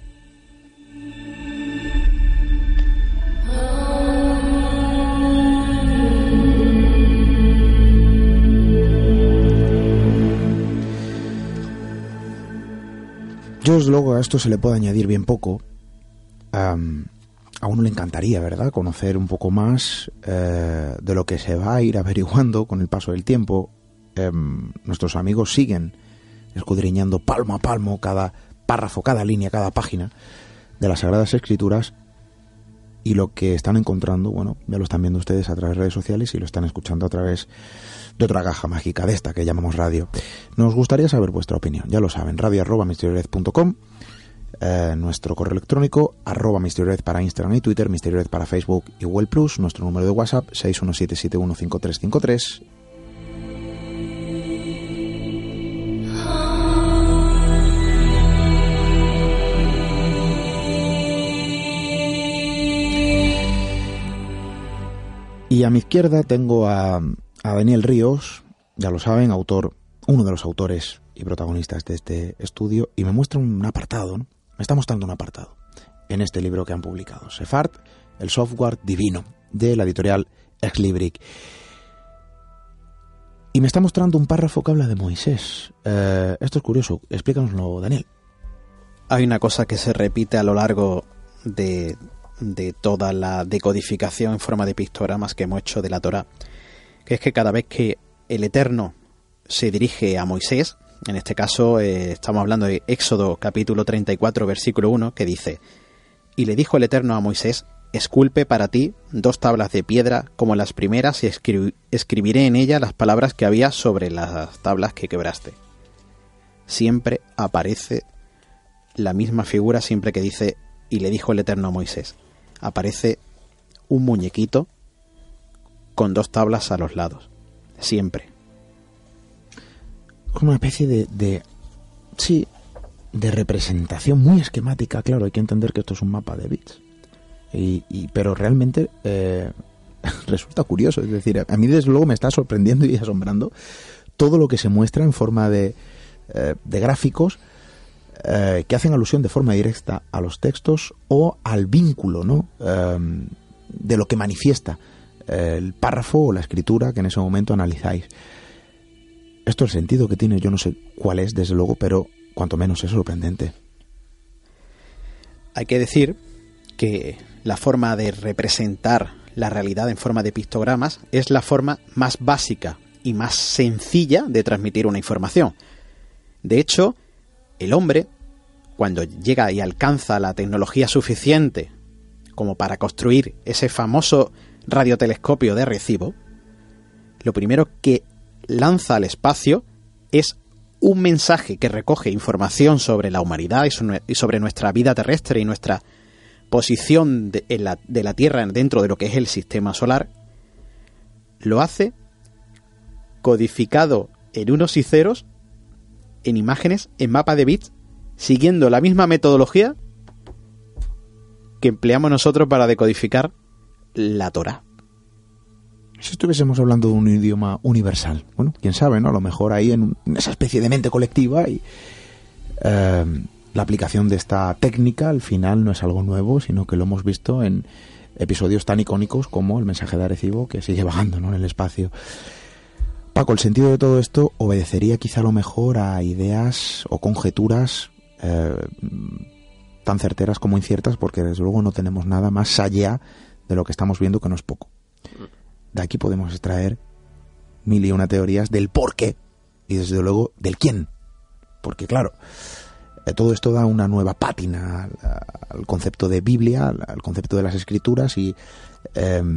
Yo, desde luego, a esto se le puede añadir bien poco. A uno le encantaría, ¿verdad?, conocer un poco más de lo que se va a ir averiguando con el paso del tiempo. Nuestros amigos siguen escudriñando palmo a palmo cada párrafo, cada línea, cada página de las Sagradas Escrituras, y lo que están encontrando, bueno, ya lo están viendo ustedes a través de redes sociales y lo están escuchando a través de otra caja mágica, de esta que llamamos radio. Nos gustaría saber vuestra opinión, ya lo saben, radio@misteriored.com, nuestro correo electrónico @misteriored para Instagram y Twitter, misteriored para Facebook y Google+, nuestro número de WhatsApp 617715353. Y a mi izquierda tengo a Daniel Ríos, ya lo saben, uno de los autores y protagonistas de este estudio, y me muestra un apartado, ¿no? Me está mostrando un apartado en este libro que han publicado, Sefard, el software divino, de la editorial Exlibric. Y me está mostrando un párrafo que habla de Moisés. Esto es curioso, explícanoslo, Daniel. Hay una cosa que se repite a lo largo de toda la decodificación en forma de pictogramas que hemos hecho de la Torá, que es que cada vez que el Eterno se dirige a Moisés, en este caso estamos hablando de Éxodo capítulo 34 versículo 1, que dice: y le dijo el Eterno a Moisés, esculpe para ti 2 tablas de piedra como las primeras y escribiré en ellas las palabras que había sobre las tablas que quebraste. Siempre aparece la misma figura siempre que dice y le dijo el Eterno a Moisés. Aparece un muñequito con 2 tablas a los lados. Siempre. Como una especie de representación muy esquemática. Claro, hay que entender que esto es un mapa de bits. Pero realmente resulta curioso. Es decir, a mí desde luego me está sorprendiendo y asombrando todo lo que se muestra en forma de gráficos que hacen alusión de forma directa a los textos o al vínculo, ¿no?, de lo que manifiesta el párrafo o la escritura que en ese momento analizáis. Esto, el sentido que tiene, yo no sé cuál es, desde luego, pero cuanto menos es sorprendente. Hay que decir que la forma de representar la realidad en forma de pictogramas es la forma más básica y más sencilla de transmitir una información. De hecho, el hombre, cuando llega y alcanza la tecnología suficiente como para construir ese famoso radiotelescopio de Arecibo, lo primero que lanza al espacio es un mensaje que recoge información sobre la humanidad y sobre nuestra vida terrestre y nuestra posición de la Tierra dentro de lo que es el sistema solar. Lo hace codificado en unos y ceros, en imágenes, en mapa de bits, siguiendo la misma metodología que empleamos nosotros para decodificar la Torá. Si estuviésemos hablando de un idioma universal, bueno, quién sabe, ¿no? A lo mejor ahí en esa especie de mente colectiva y la aplicación de esta técnica al final no es algo nuevo, sino que lo hemos visto en episodios tan icónicos como el mensaje de Arecibo, que sigue vagando, ¿no?, en el espacio. Paco, el sentido de todo esto obedecería quizá a lo mejor a ideas o conjeturas tan certeras como inciertas, porque desde luego no tenemos nada más allá de lo que estamos viendo, que no es poco. De aquí podemos extraer 1001 teorías del por qué y desde luego del quién. Porque claro, todo esto da una nueva pátina al concepto de Biblia, al concepto de las Escrituras y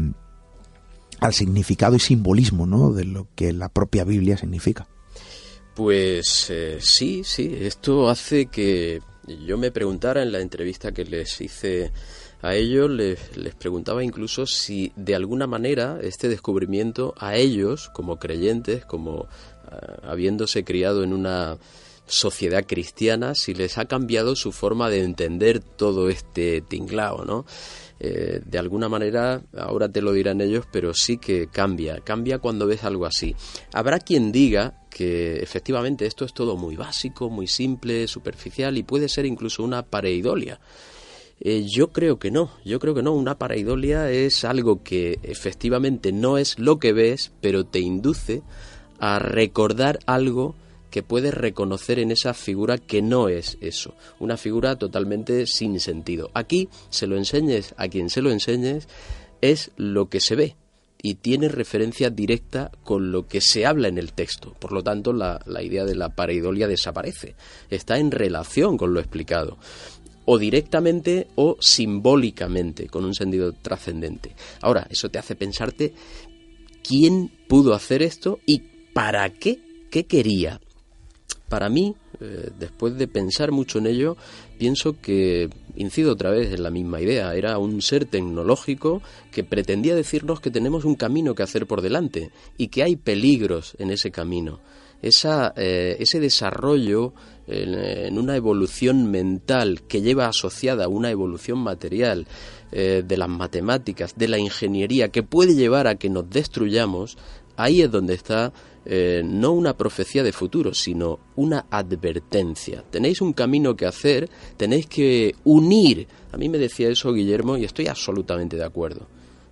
al significado y simbolismo, ¿no?, de lo que la propia Biblia significa. Pues sí, esto hace que yo me preguntara en la entrevista que les hice a ellos, les preguntaba incluso si de alguna manera este descubrimiento a ellos, como creyentes, como habiéndose criado en una sociedad cristiana, si les ha cambiado su forma de entender todo este tinglao, ¿no? De alguna manera, ahora te lo dirán ellos, pero sí que cambia cuando ves algo así. Habrá quien diga que efectivamente esto es todo muy básico, muy simple, superficial y puede ser incluso una pareidolia. Yo creo que no, una pareidolia es algo que efectivamente no es lo que ves, pero te induce a recordar algo que puedes reconocer en esa figura que no es eso, una figura totalmente sin sentido. Aquí, se lo enseñes a quien se lo enseñes, es lo que se ve y tiene referencia directa con lo que se habla en el texto. Por lo tanto, la idea de la pareidolia desaparece, está en relación con lo explicado, o directamente o simbólicamente, con un sentido trascendente. Ahora, eso te hace pensarte quién pudo hacer esto y para qué, qué quería. Para mí, después de pensar mucho en ello, pienso que, incido otra vez en la misma idea, era un ser tecnológico que pretendía decirnos que tenemos un camino que hacer por delante y que hay peligros en ese camino. Ese desarrollo en una evolución mental que lleva asociada a una evolución material de las matemáticas, de la ingeniería, que puede llevar a que nos destruyamos, ahí es donde está no una profecía de futuro, sino una advertencia. Tenéis un camino que hacer, tenéis que unir. A mí me decía eso Guillermo y estoy absolutamente de acuerdo.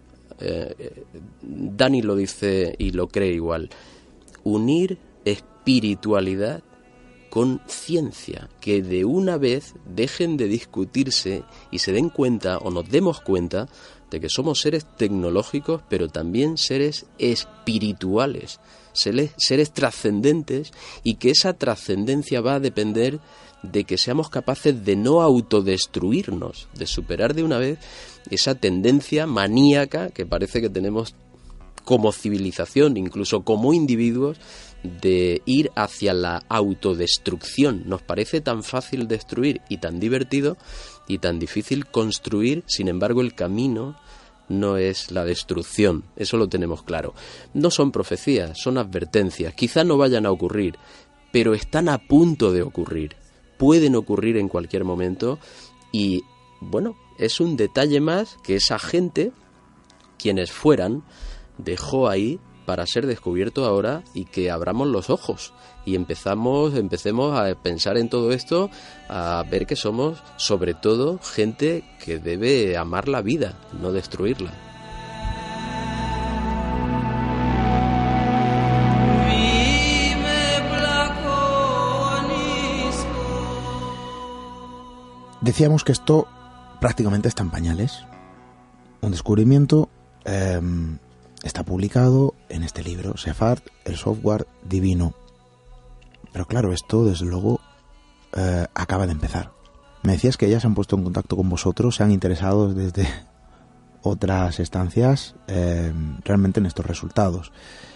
Dani lo dice y lo cree igual. Unir espiritualidad con ciencia, que de una vez dejen de discutirse y se den cuenta o nos demos cuenta de que somos seres tecnológicos, pero también seres espirituales, seres trascendentes, y que esa trascendencia va a depender de que seamos capaces de no autodestruirnos, de superar de una vez esa tendencia maníaca que parece que tenemos como civilización, incluso como individuos, de ir hacia la autodestrucción. Nos parece tan fácil destruir y tan divertido y tan difícil construir, sin embargo el camino no es la destrucción, eso lo tenemos claro. No son profecías, son advertencias, quizá no vayan a ocurrir, pero están a punto de ocurrir, pueden ocurrir en cualquier momento y, bueno, es un detalle más que esa gente, quienes fueran, dejó ahí para ser descubierto ahora y que abramos los ojos y empecemos a pensar en todo esto, a ver que somos sobre todo gente que debe amar la vida, no destruirla. Decíamos que esto prácticamente está en pañales. Un descubrimiento está publicado en este libro, Sefard, el software divino. Pero claro, esto desde luego acaba de empezar. Me decías que ya se han puesto en contacto con vosotros, se han interesado desde otras estancias realmente en estos resultados.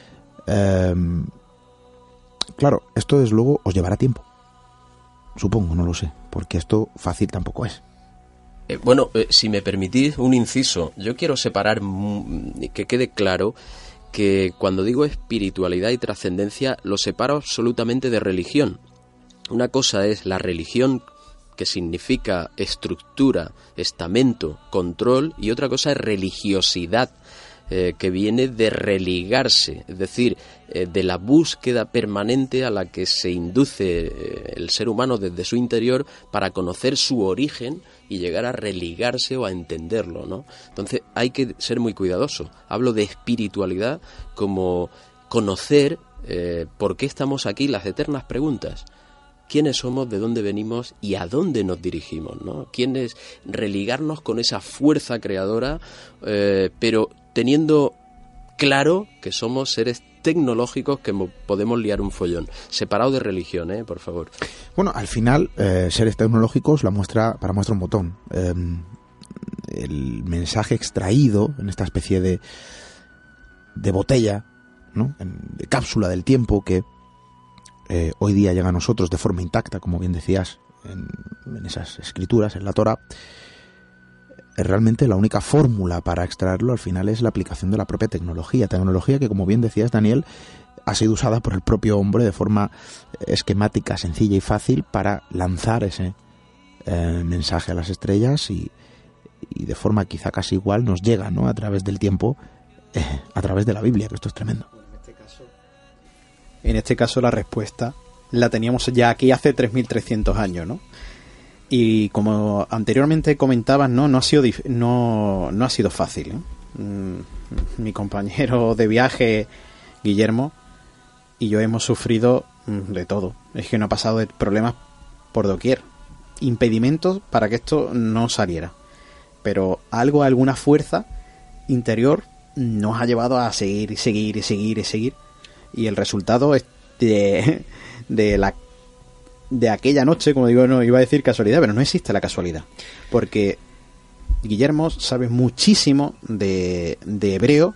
Claro, esto desde luego os llevará tiempo. Supongo, no lo sé, porque esto fácil tampoco es. Si me permitís un inciso, yo quiero separar, que quede claro que cuando digo espiritualidad y trascendencia lo separo absolutamente de religión. Una cosa es la religión, que significa estructura, estamento, control, y otra cosa es religiosidad, que viene de religarse, es decir, de la búsqueda permanente a la que se induce el ser humano desde su interior para conocer su origen y llegar a religarse o a entenderlo, ¿no? Entonces hay que ser muy cuidadoso. Hablo de espiritualidad como conocer por qué estamos aquí, las eternas preguntas. ¿Quiénes somos, de dónde venimos y a dónde nos dirigimos, ¿no? ¿Quiénes religarnos con esa fuerza creadora, pero teniendo claro que somos seres tecnológicos que podemos liar un follón, separado de religión, por favor. Bueno, al final, seres tecnológicos, para muestra un botón. El mensaje extraído en esta especie de botella, ¿no? De cápsula del tiempo que hoy día llega a nosotros de forma intacta, como bien decías, en esas escrituras, en la Torá, realmente la única fórmula para extraerlo al final es la aplicación de la propia tecnología que, como bien decías, Daniel, ha sido usada por el propio hombre de forma esquemática, sencilla y fácil para lanzar ese mensaje a las estrellas y de forma quizá casi igual nos llega, ¿no?, a través del tiempo, a través de la Biblia, que esto es tremendo. En este caso la respuesta la teníamos ya aquí hace 3.300 años, ¿no? Y como anteriormente comentabas, no ha sido fácil, ¿eh? Mi compañero de viaje, Guillermo, y yo hemos sufrido de todo. Es que no ha pasado de problemas por doquier, impedimentos para que esto no saliera. Pero alguna fuerza interior nos ha llevado a seguir. Y el resultado es de aquella noche, como digo, no iba a decir casualidad, pero no existe la casualidad, porque Guillermo sabe muchísimo de hebreo,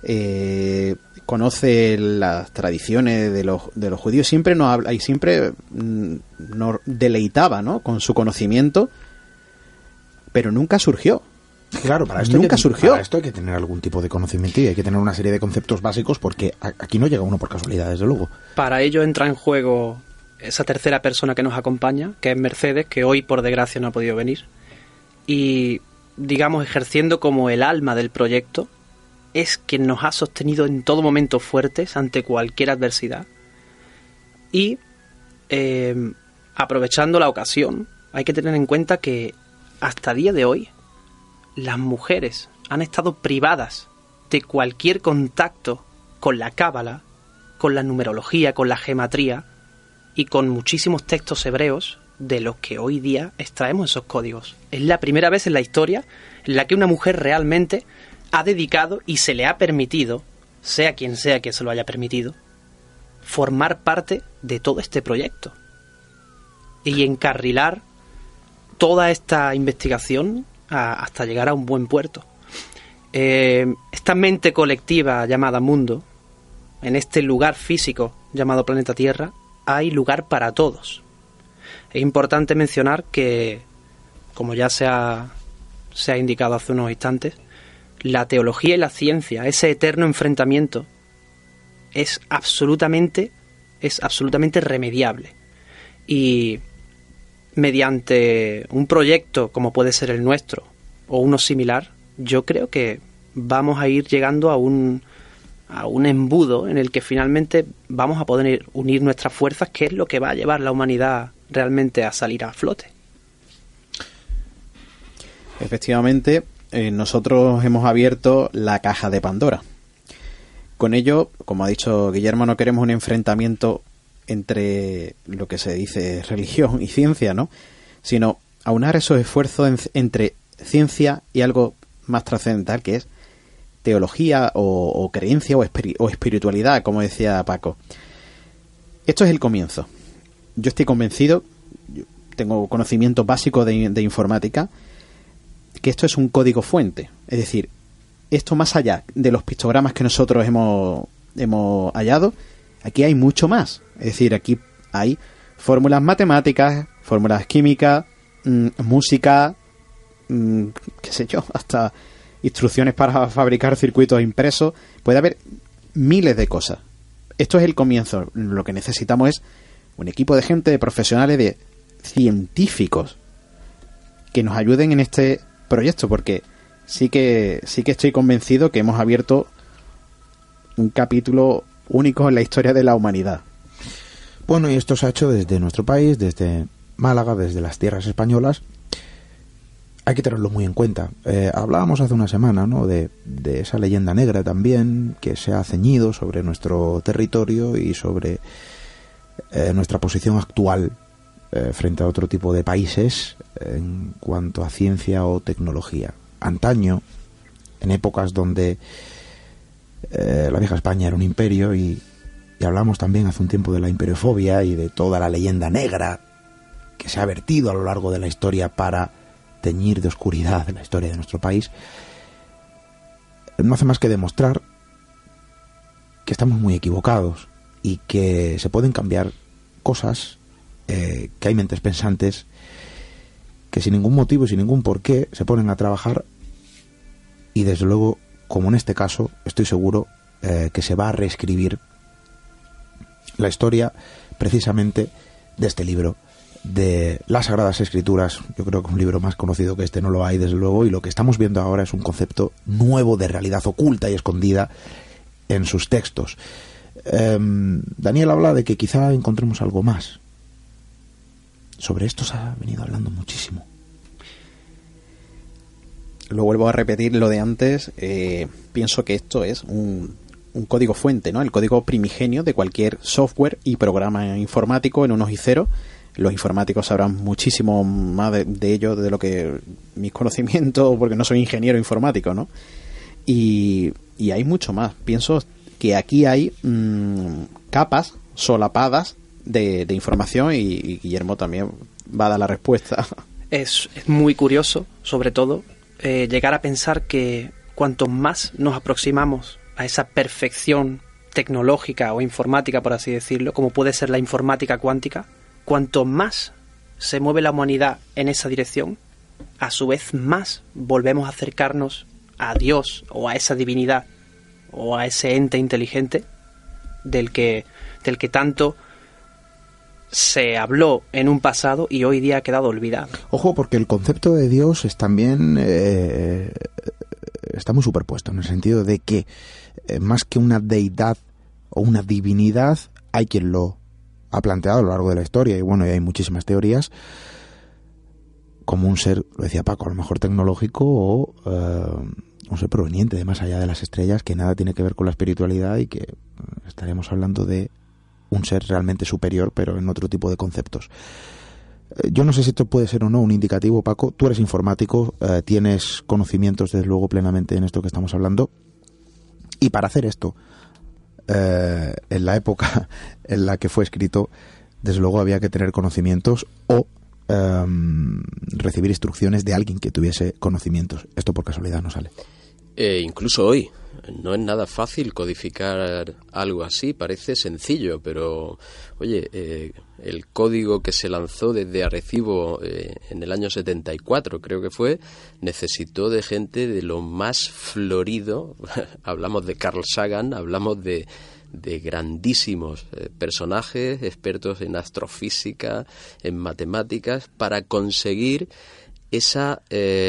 conoce las tradiciones de los judíos, siempre nos habla y siempre nos deleitaba, ¿no?, con su conocimiento, pero nunca surgió. Claro, para esto surgió. Para esto hay que tener algún tipo de conocimiento y hay que tener una serie de conceptos básicos, porque aquí no llega uno por casualidad, desde luego. Para ello entra en juego esa tercera persona que nos acompaña, que es Mercedes, que hoy por desgracia no ha podido venir, y digamos ejerciendo como el alma del proyecto, es quien nos ha sostenido en todo momento fuertes ante cualquier adversidad. Y aprovechando la ocasión, hay que tener en cuenta que hasta día de hoy las mujeres han estado privadas de cualquier contacto con la cábala, con la numerología, con la gematría y con muchísimos textos hebreos de los que hoy día extraemos esos códigos. Es la primera vez en la historia en la que una mujer realmente ha dedicado y se le ha permitido, sea quien sea que se lo haya permitido, formar parte de todo este proyecto y encarrilar toda esta investigación hasta llegar a un buen puerto. Esta mente colectiva llamada mundo, en este lugar físico llamado planeta Tierra, hay lugar para todos. Es importante mencionar que, como ya se ha indicado hace unos instantes, la teología y la ciencia, ese eterno enfrentamiento, es absolutamente remediable. Y mediante un proyecto como puede ser el nuestro o uno similar, yo creo que vamos a ir llegando a un embudo en el que finalmente vamos a poder unir nuestras fuerzas, que es lo que va a llevar la humanidad realmente a salir a flote. Efectivamente, nosotros hemos abierto la caja de Pandora. Con ello, como ha dicho Guillermo, no queremos un enfrentamiento entre lo que se dice religión y ciencia, ¿no?, sino aunar esos esfuerzos entre ciencia y algo más trascendental, que es teología o creencia o espiritualidad, como decía Paco. Esto es el comienzo. Yo estoy convencido, tengo conocimientos básicos de informática, que esto es un código fuente. Es decir, esto más allá de los pictogramas que nosotros hemos hallado, aquí hay mucho más. Es decir, aquí hay fórmulas matemáticas, fórmulas químicas, música, qué sé yo, hasta instrucciones para fabricar circuitos impresos. Puede haber miles de cosas. Esto es el comienzo. Lo que necesitamos es un equipo de gente, de profesionales, de científicos que nos ayuden en este proyecto, porque sí que estoy convencido que hemos abierto un capítulo único en la historia de la humanidad. Bueno, y esto se ha hecho desde nuestro país, desde Málaga, desde las tierras españolas. Hay que tenerlo muy en cuenta. Hablábamos hace una semana, ¿no?, de esa leyenda negra también que se ha ceñido sobre nuestro territorio y sobre nuestra posición actual frente a otro tipo de países en cuanto a ciencia o tecnología. Antaño, en épocas donde la vieja España era un imperio, y hablamos también hace un tiempo de la imperiofobia y de toda la leyenda negra que se ha vertido a lo largo de la historia para teñir de oscuridad la historia de nuestro país, no hace más que demostrar que estamos muy equivocados y que se pueden cambiar cosas que hay mentes pensantes que sin ningún motivo y sin ningún porqué se ponen a trabajar, y desde luego, como en este caso, estoy seguro que se va a reescribir la historia precisamente de este libro, de las Sagradas Escrituras. Yo creo que un libro más conocido que este no lo hay, desde luego, y lo que estamos viendo ahora es un concepto nuevo de realidad oculta y escondida en sus textos. Daniel habla de que quizá encontremos algo más. Sobre esto se ha venido hablando muchísimo. Lo vuelvo a repetir lo de antes. Pienso que esto es un código fuente, ¿no? El código primigenio de cualquier software y programa informático en unos y ceros. Los informáticos sabrán muchísimo más de ello de lo que mis conocimientos, porque no soy ingeniero informático, ¿no? Y hay mucho más. Pienso que aquí hay capas solapadas de información, y Guillermo también va a dar la respuesta. Es muy curioso, sobre todo, llegar a pensar que cuanto más nos aproximamos a esa perfección tecnológica o informática, por así decirlo, como puede ser la informática cuántica, cuanto más se mueve la humanidad en esa dirección, a su vez más volvemos a acercarnos a Dios o a esa divinidad o a ese ente inteligente del que tanto se habló en un pasado y hoy día ha quedado olvidado. Ojo, porque el concepto de Dios es también está muy superpuesto, en el sentido de que más que una deidad o una divinidad, hay quien lo ha planteado a lo largo de la historia, y bueno, y hay muchísimas teorías, como un ser, lo decía Paco, a lo mejor tecnológico, o un ser proveniente de más allá de las estrellas, que nada tiene que ver con la espiritualidad, y que estaremos hablando de un ser realmente superior, pero en otro tipo de conceptos. Yo no sé si esto puede ser o no un indicativo, Paco. Tú eres informático, tienes conocimientos desde luego plenamente en esto que estamos hablando, y para hacer esto, en la época en la que fue escrito, desde luego había que tener conocimientos o recibir instrucciones de alguien que tuviese conocimientos. Esto por casualidad no sale. Incluso hoy no es nada fácil codificar algo así. Parece sencillo, pero oye, el código que se lanzó desde Arecibo en el año 74, creo que fue, necesitó de gente de lo más florido. Hablamos de Carl Sagan, hablamos de grandísimos personajes, expertos en astrofísica, en matemáticas, para conseguir esa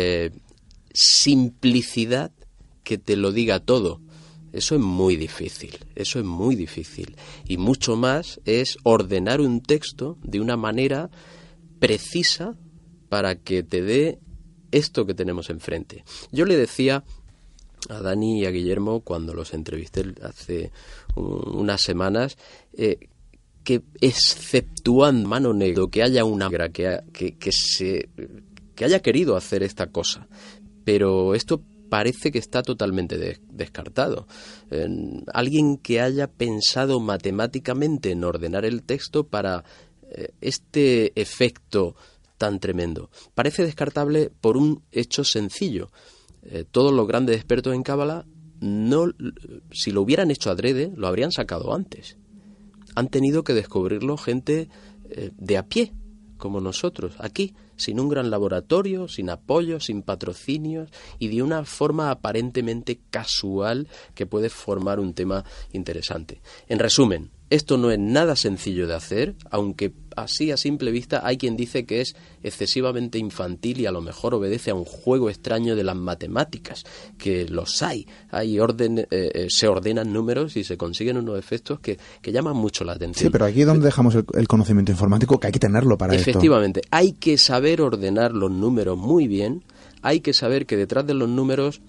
simplicidad que te lo diga todo. Eso es muy difícil, y mucho más es ordenar un texto de una manera precisa para que te dé esto que tenemos enfrente. Yo le decía a Dani y a Guillermo cuando los entrevisté hace unas semanas que, exceptuando mano negra, que haya una que haya querido hacer esta cosa, pero esto parece que está totalmente descartado. Alguien que haya pensado matemáticamente en ordenar el texto para este efecto tan tremendo parece descartable por un hecho sencillo. Todos los grandes expertos en Cábala, si lo hubieran hecho adrede, lo habrían sacado antes. Han tenido que descubrirlo gente de a pie, como nosotros, aquí, sin un gran laboratorio, sin apoyo, sin patrocinios, y de una forma aparentemente casual que puede formar un tema interesante. En resumen, esto no es nada sencillo de hacer, aunque así a simple vista hay quien dice que es excesivamente infantil y a lo mejor obedece a un juego extraño de las matemáticas, que los hay se ordenan números y se consiguen unos efectos que llaman mucho la atención. Sí, pero aquí es donde dejamos el conocimiento informático, que hay que tenerlo para esto. Efectivamente, hay que saber ordenar los números muy bien, hay que saber que detrás de los números,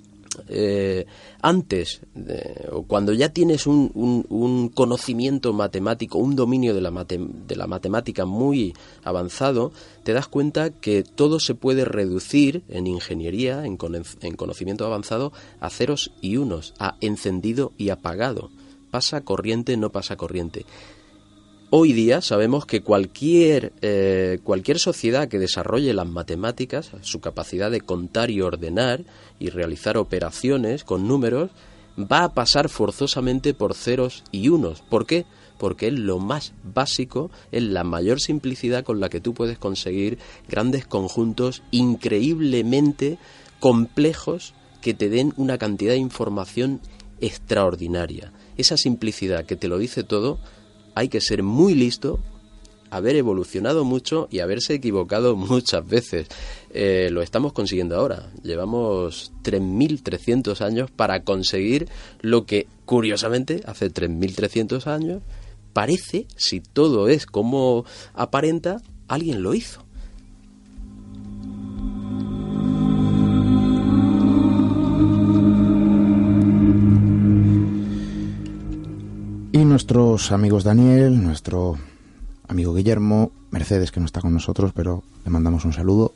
o cuando ya tienes un conocimiento matemático, un dominio de la matemática muy avanzado, te das cuenta que todo se puede reducir en ingeniería, en conocimiento avanzado, a ceros y unos, a encendido y apagado. Pasa corriente, no pasa corriente. Hoy día sabemos que cualquier sociedad que desarrolle las matemáticas, su capacidad de contar y ordenar y realizar operaciones con números, va a pasar forzosamente por ceros y unos. ¿Por qué? porque es lo más básico, es la mayor simplicidad con la que tú puedes conseguir grandes conjuntos increíblemente complejos que te den una cantidad de información extraordinaria. Esa simplicidad que te lo dice todo, hay que ser muy listo, haber evolucionado mucho y haberse equivocado muchas veces. Lo estamos consiguiendo ahora. Llevamos 3.300 años para conseguir lo que, curiosamente, hace 3.300 años, parece, si todo es como aparenta, alguien lo hizo. Y nuestros amigos Daniel, nuestro amigo Guillermo, Mercedes, que no está con nosotros, pero le mandamos un saludo.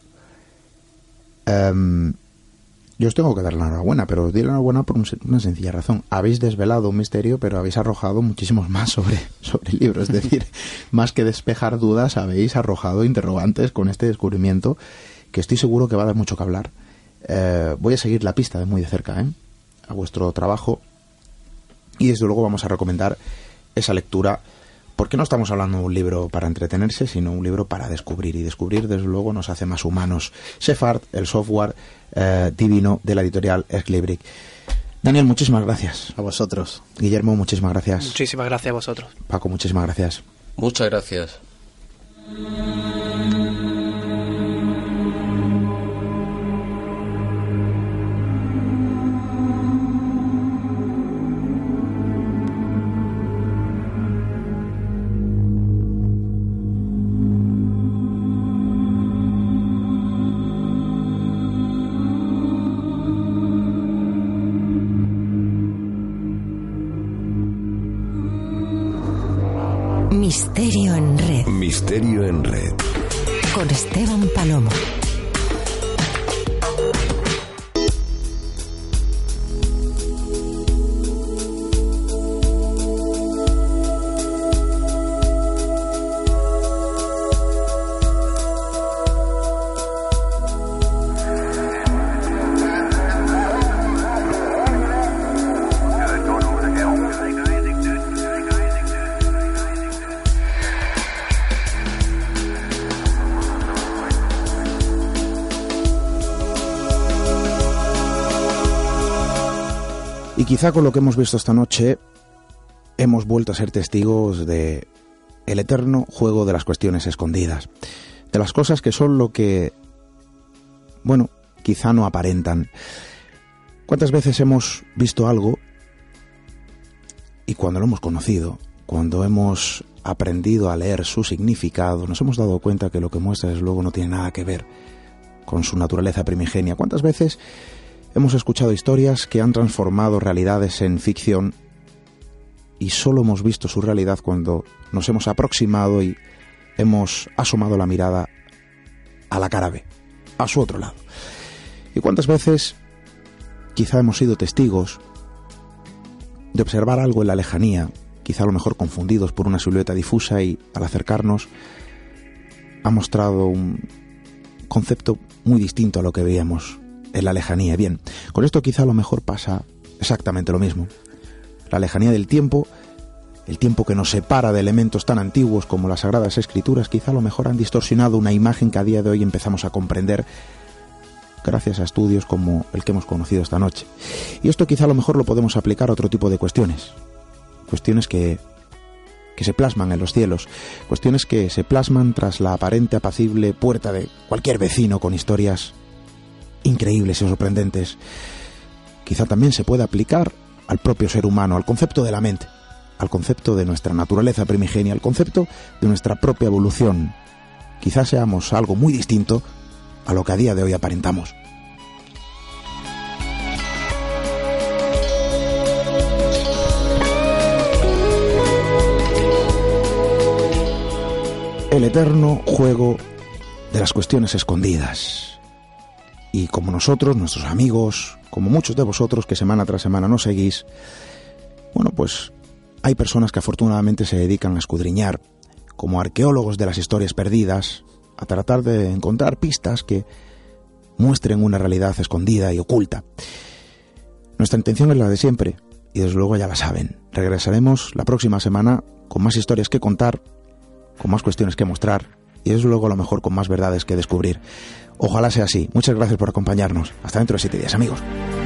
Yo os tengo que dar la enhorabuena, pero os doy la enhorabuena por una sencilla razón. Habéis desvelado un misterio, pero habéis arrojado muchísimos más sobre el libro. Es decir, más que despejar dudas, habéis arrojado interrogantes con este descubrimiento, que estoy seguro que va a dar mucho que hablar. Voy a seguir la pista de muy de cerca, a vuestro trabajo, y desde luego vamos a recomendar esa lectura, porque no estamos hablando de un libro para entretenerse, sino un libro para descubrir, y descubrir desde luego nos hace más humanos. Shephard, el software divino de la editorial Exlibris. Daniel, muchísimas gracias. A vosotros. Guillermo, muchísimas gracias. Muchísimas gracias a vosotros. Paco, muchísimas gracias. Muchas gracias. Misterio en Red. Misterio en Red. Con Esteban Palomo. Y quizá con lo que hemos visto esta noche hemos vuelto a ser testigos de el eterno juego de las cuestiones escondidas, de las cosas que son lo que, bueno, quizá no aparentan. ¿Cuántas veces hemos visto algo y cuando lo hemos conocido, cuando hemos aprendido a leer su significado, nos hemos dado cuenta que lo que muestra desde luego no tiene nada que ver con su naturaleza primigenia? ¿Cuántas veces hemos escuchado historias que han transformado realidades en ficción y solo hemos visto su realidad cuando nos hemos aproximado y hemos asomado la mirada a la cara B, a su otro lado? ¿Y cuántas veces quizá hemos sido testigos de observar algo en la lejanía, quizá a lo mejor confundidos por una silueta difusa, y al acercarnos ha mostrado un concepto muy distinto a lo que veíamos en la lejanía? Bien, con esto quizá a lo mejor pasa exactamente lo mismo. La lejanía del tiempo, el tiempo que nos separa de elementos tan antiguos como las Sagradas Escrituras, quizá a lo mejor han distorsionado una imagen que a día de hoy empezamos a comprender gracias a estudios como el que hemos conocido esta noche. Y esto quizá a lo mejor lo podemos aplicar a otro tipo de cuestiones. Cuestiones que se plasman en los cielos, cuestiones que se plasman tras la aparente apacible puerta de cualquier vecino con historias increíbles y sorprendentes. Quizá también se pueda aplicar al propio ser humano, al concepto de la mente, al concepto de nuestra naturaleza primigenia, al concepto de nuestra propia evolución. Quizá seamos algo muy distinto a lo que a día de hoy aparentamos. El eterno juego de las cuestiones escondidas. Y como nosotros, nuestros amigos, como muchos de vosotros que semana tras semana nos seguís, bueno, pues hay personas que afortunadamente se dedican a escudriñar, como arqueólogos de las historias perdidas, a tratar de encontrar pistas que muestren una realidad escondida y oculta. Nuestra intención es la de siempre, y desde luego ya la saben. Regresaremos la próxima semana con más historias que contar, con más cuestiones que mostrar y desde luego a lo mejor con más verdades que descubrir. Ojalá sea así. Muchas gracias por acompañarnos. Hasta dentro de 7 días, amigos.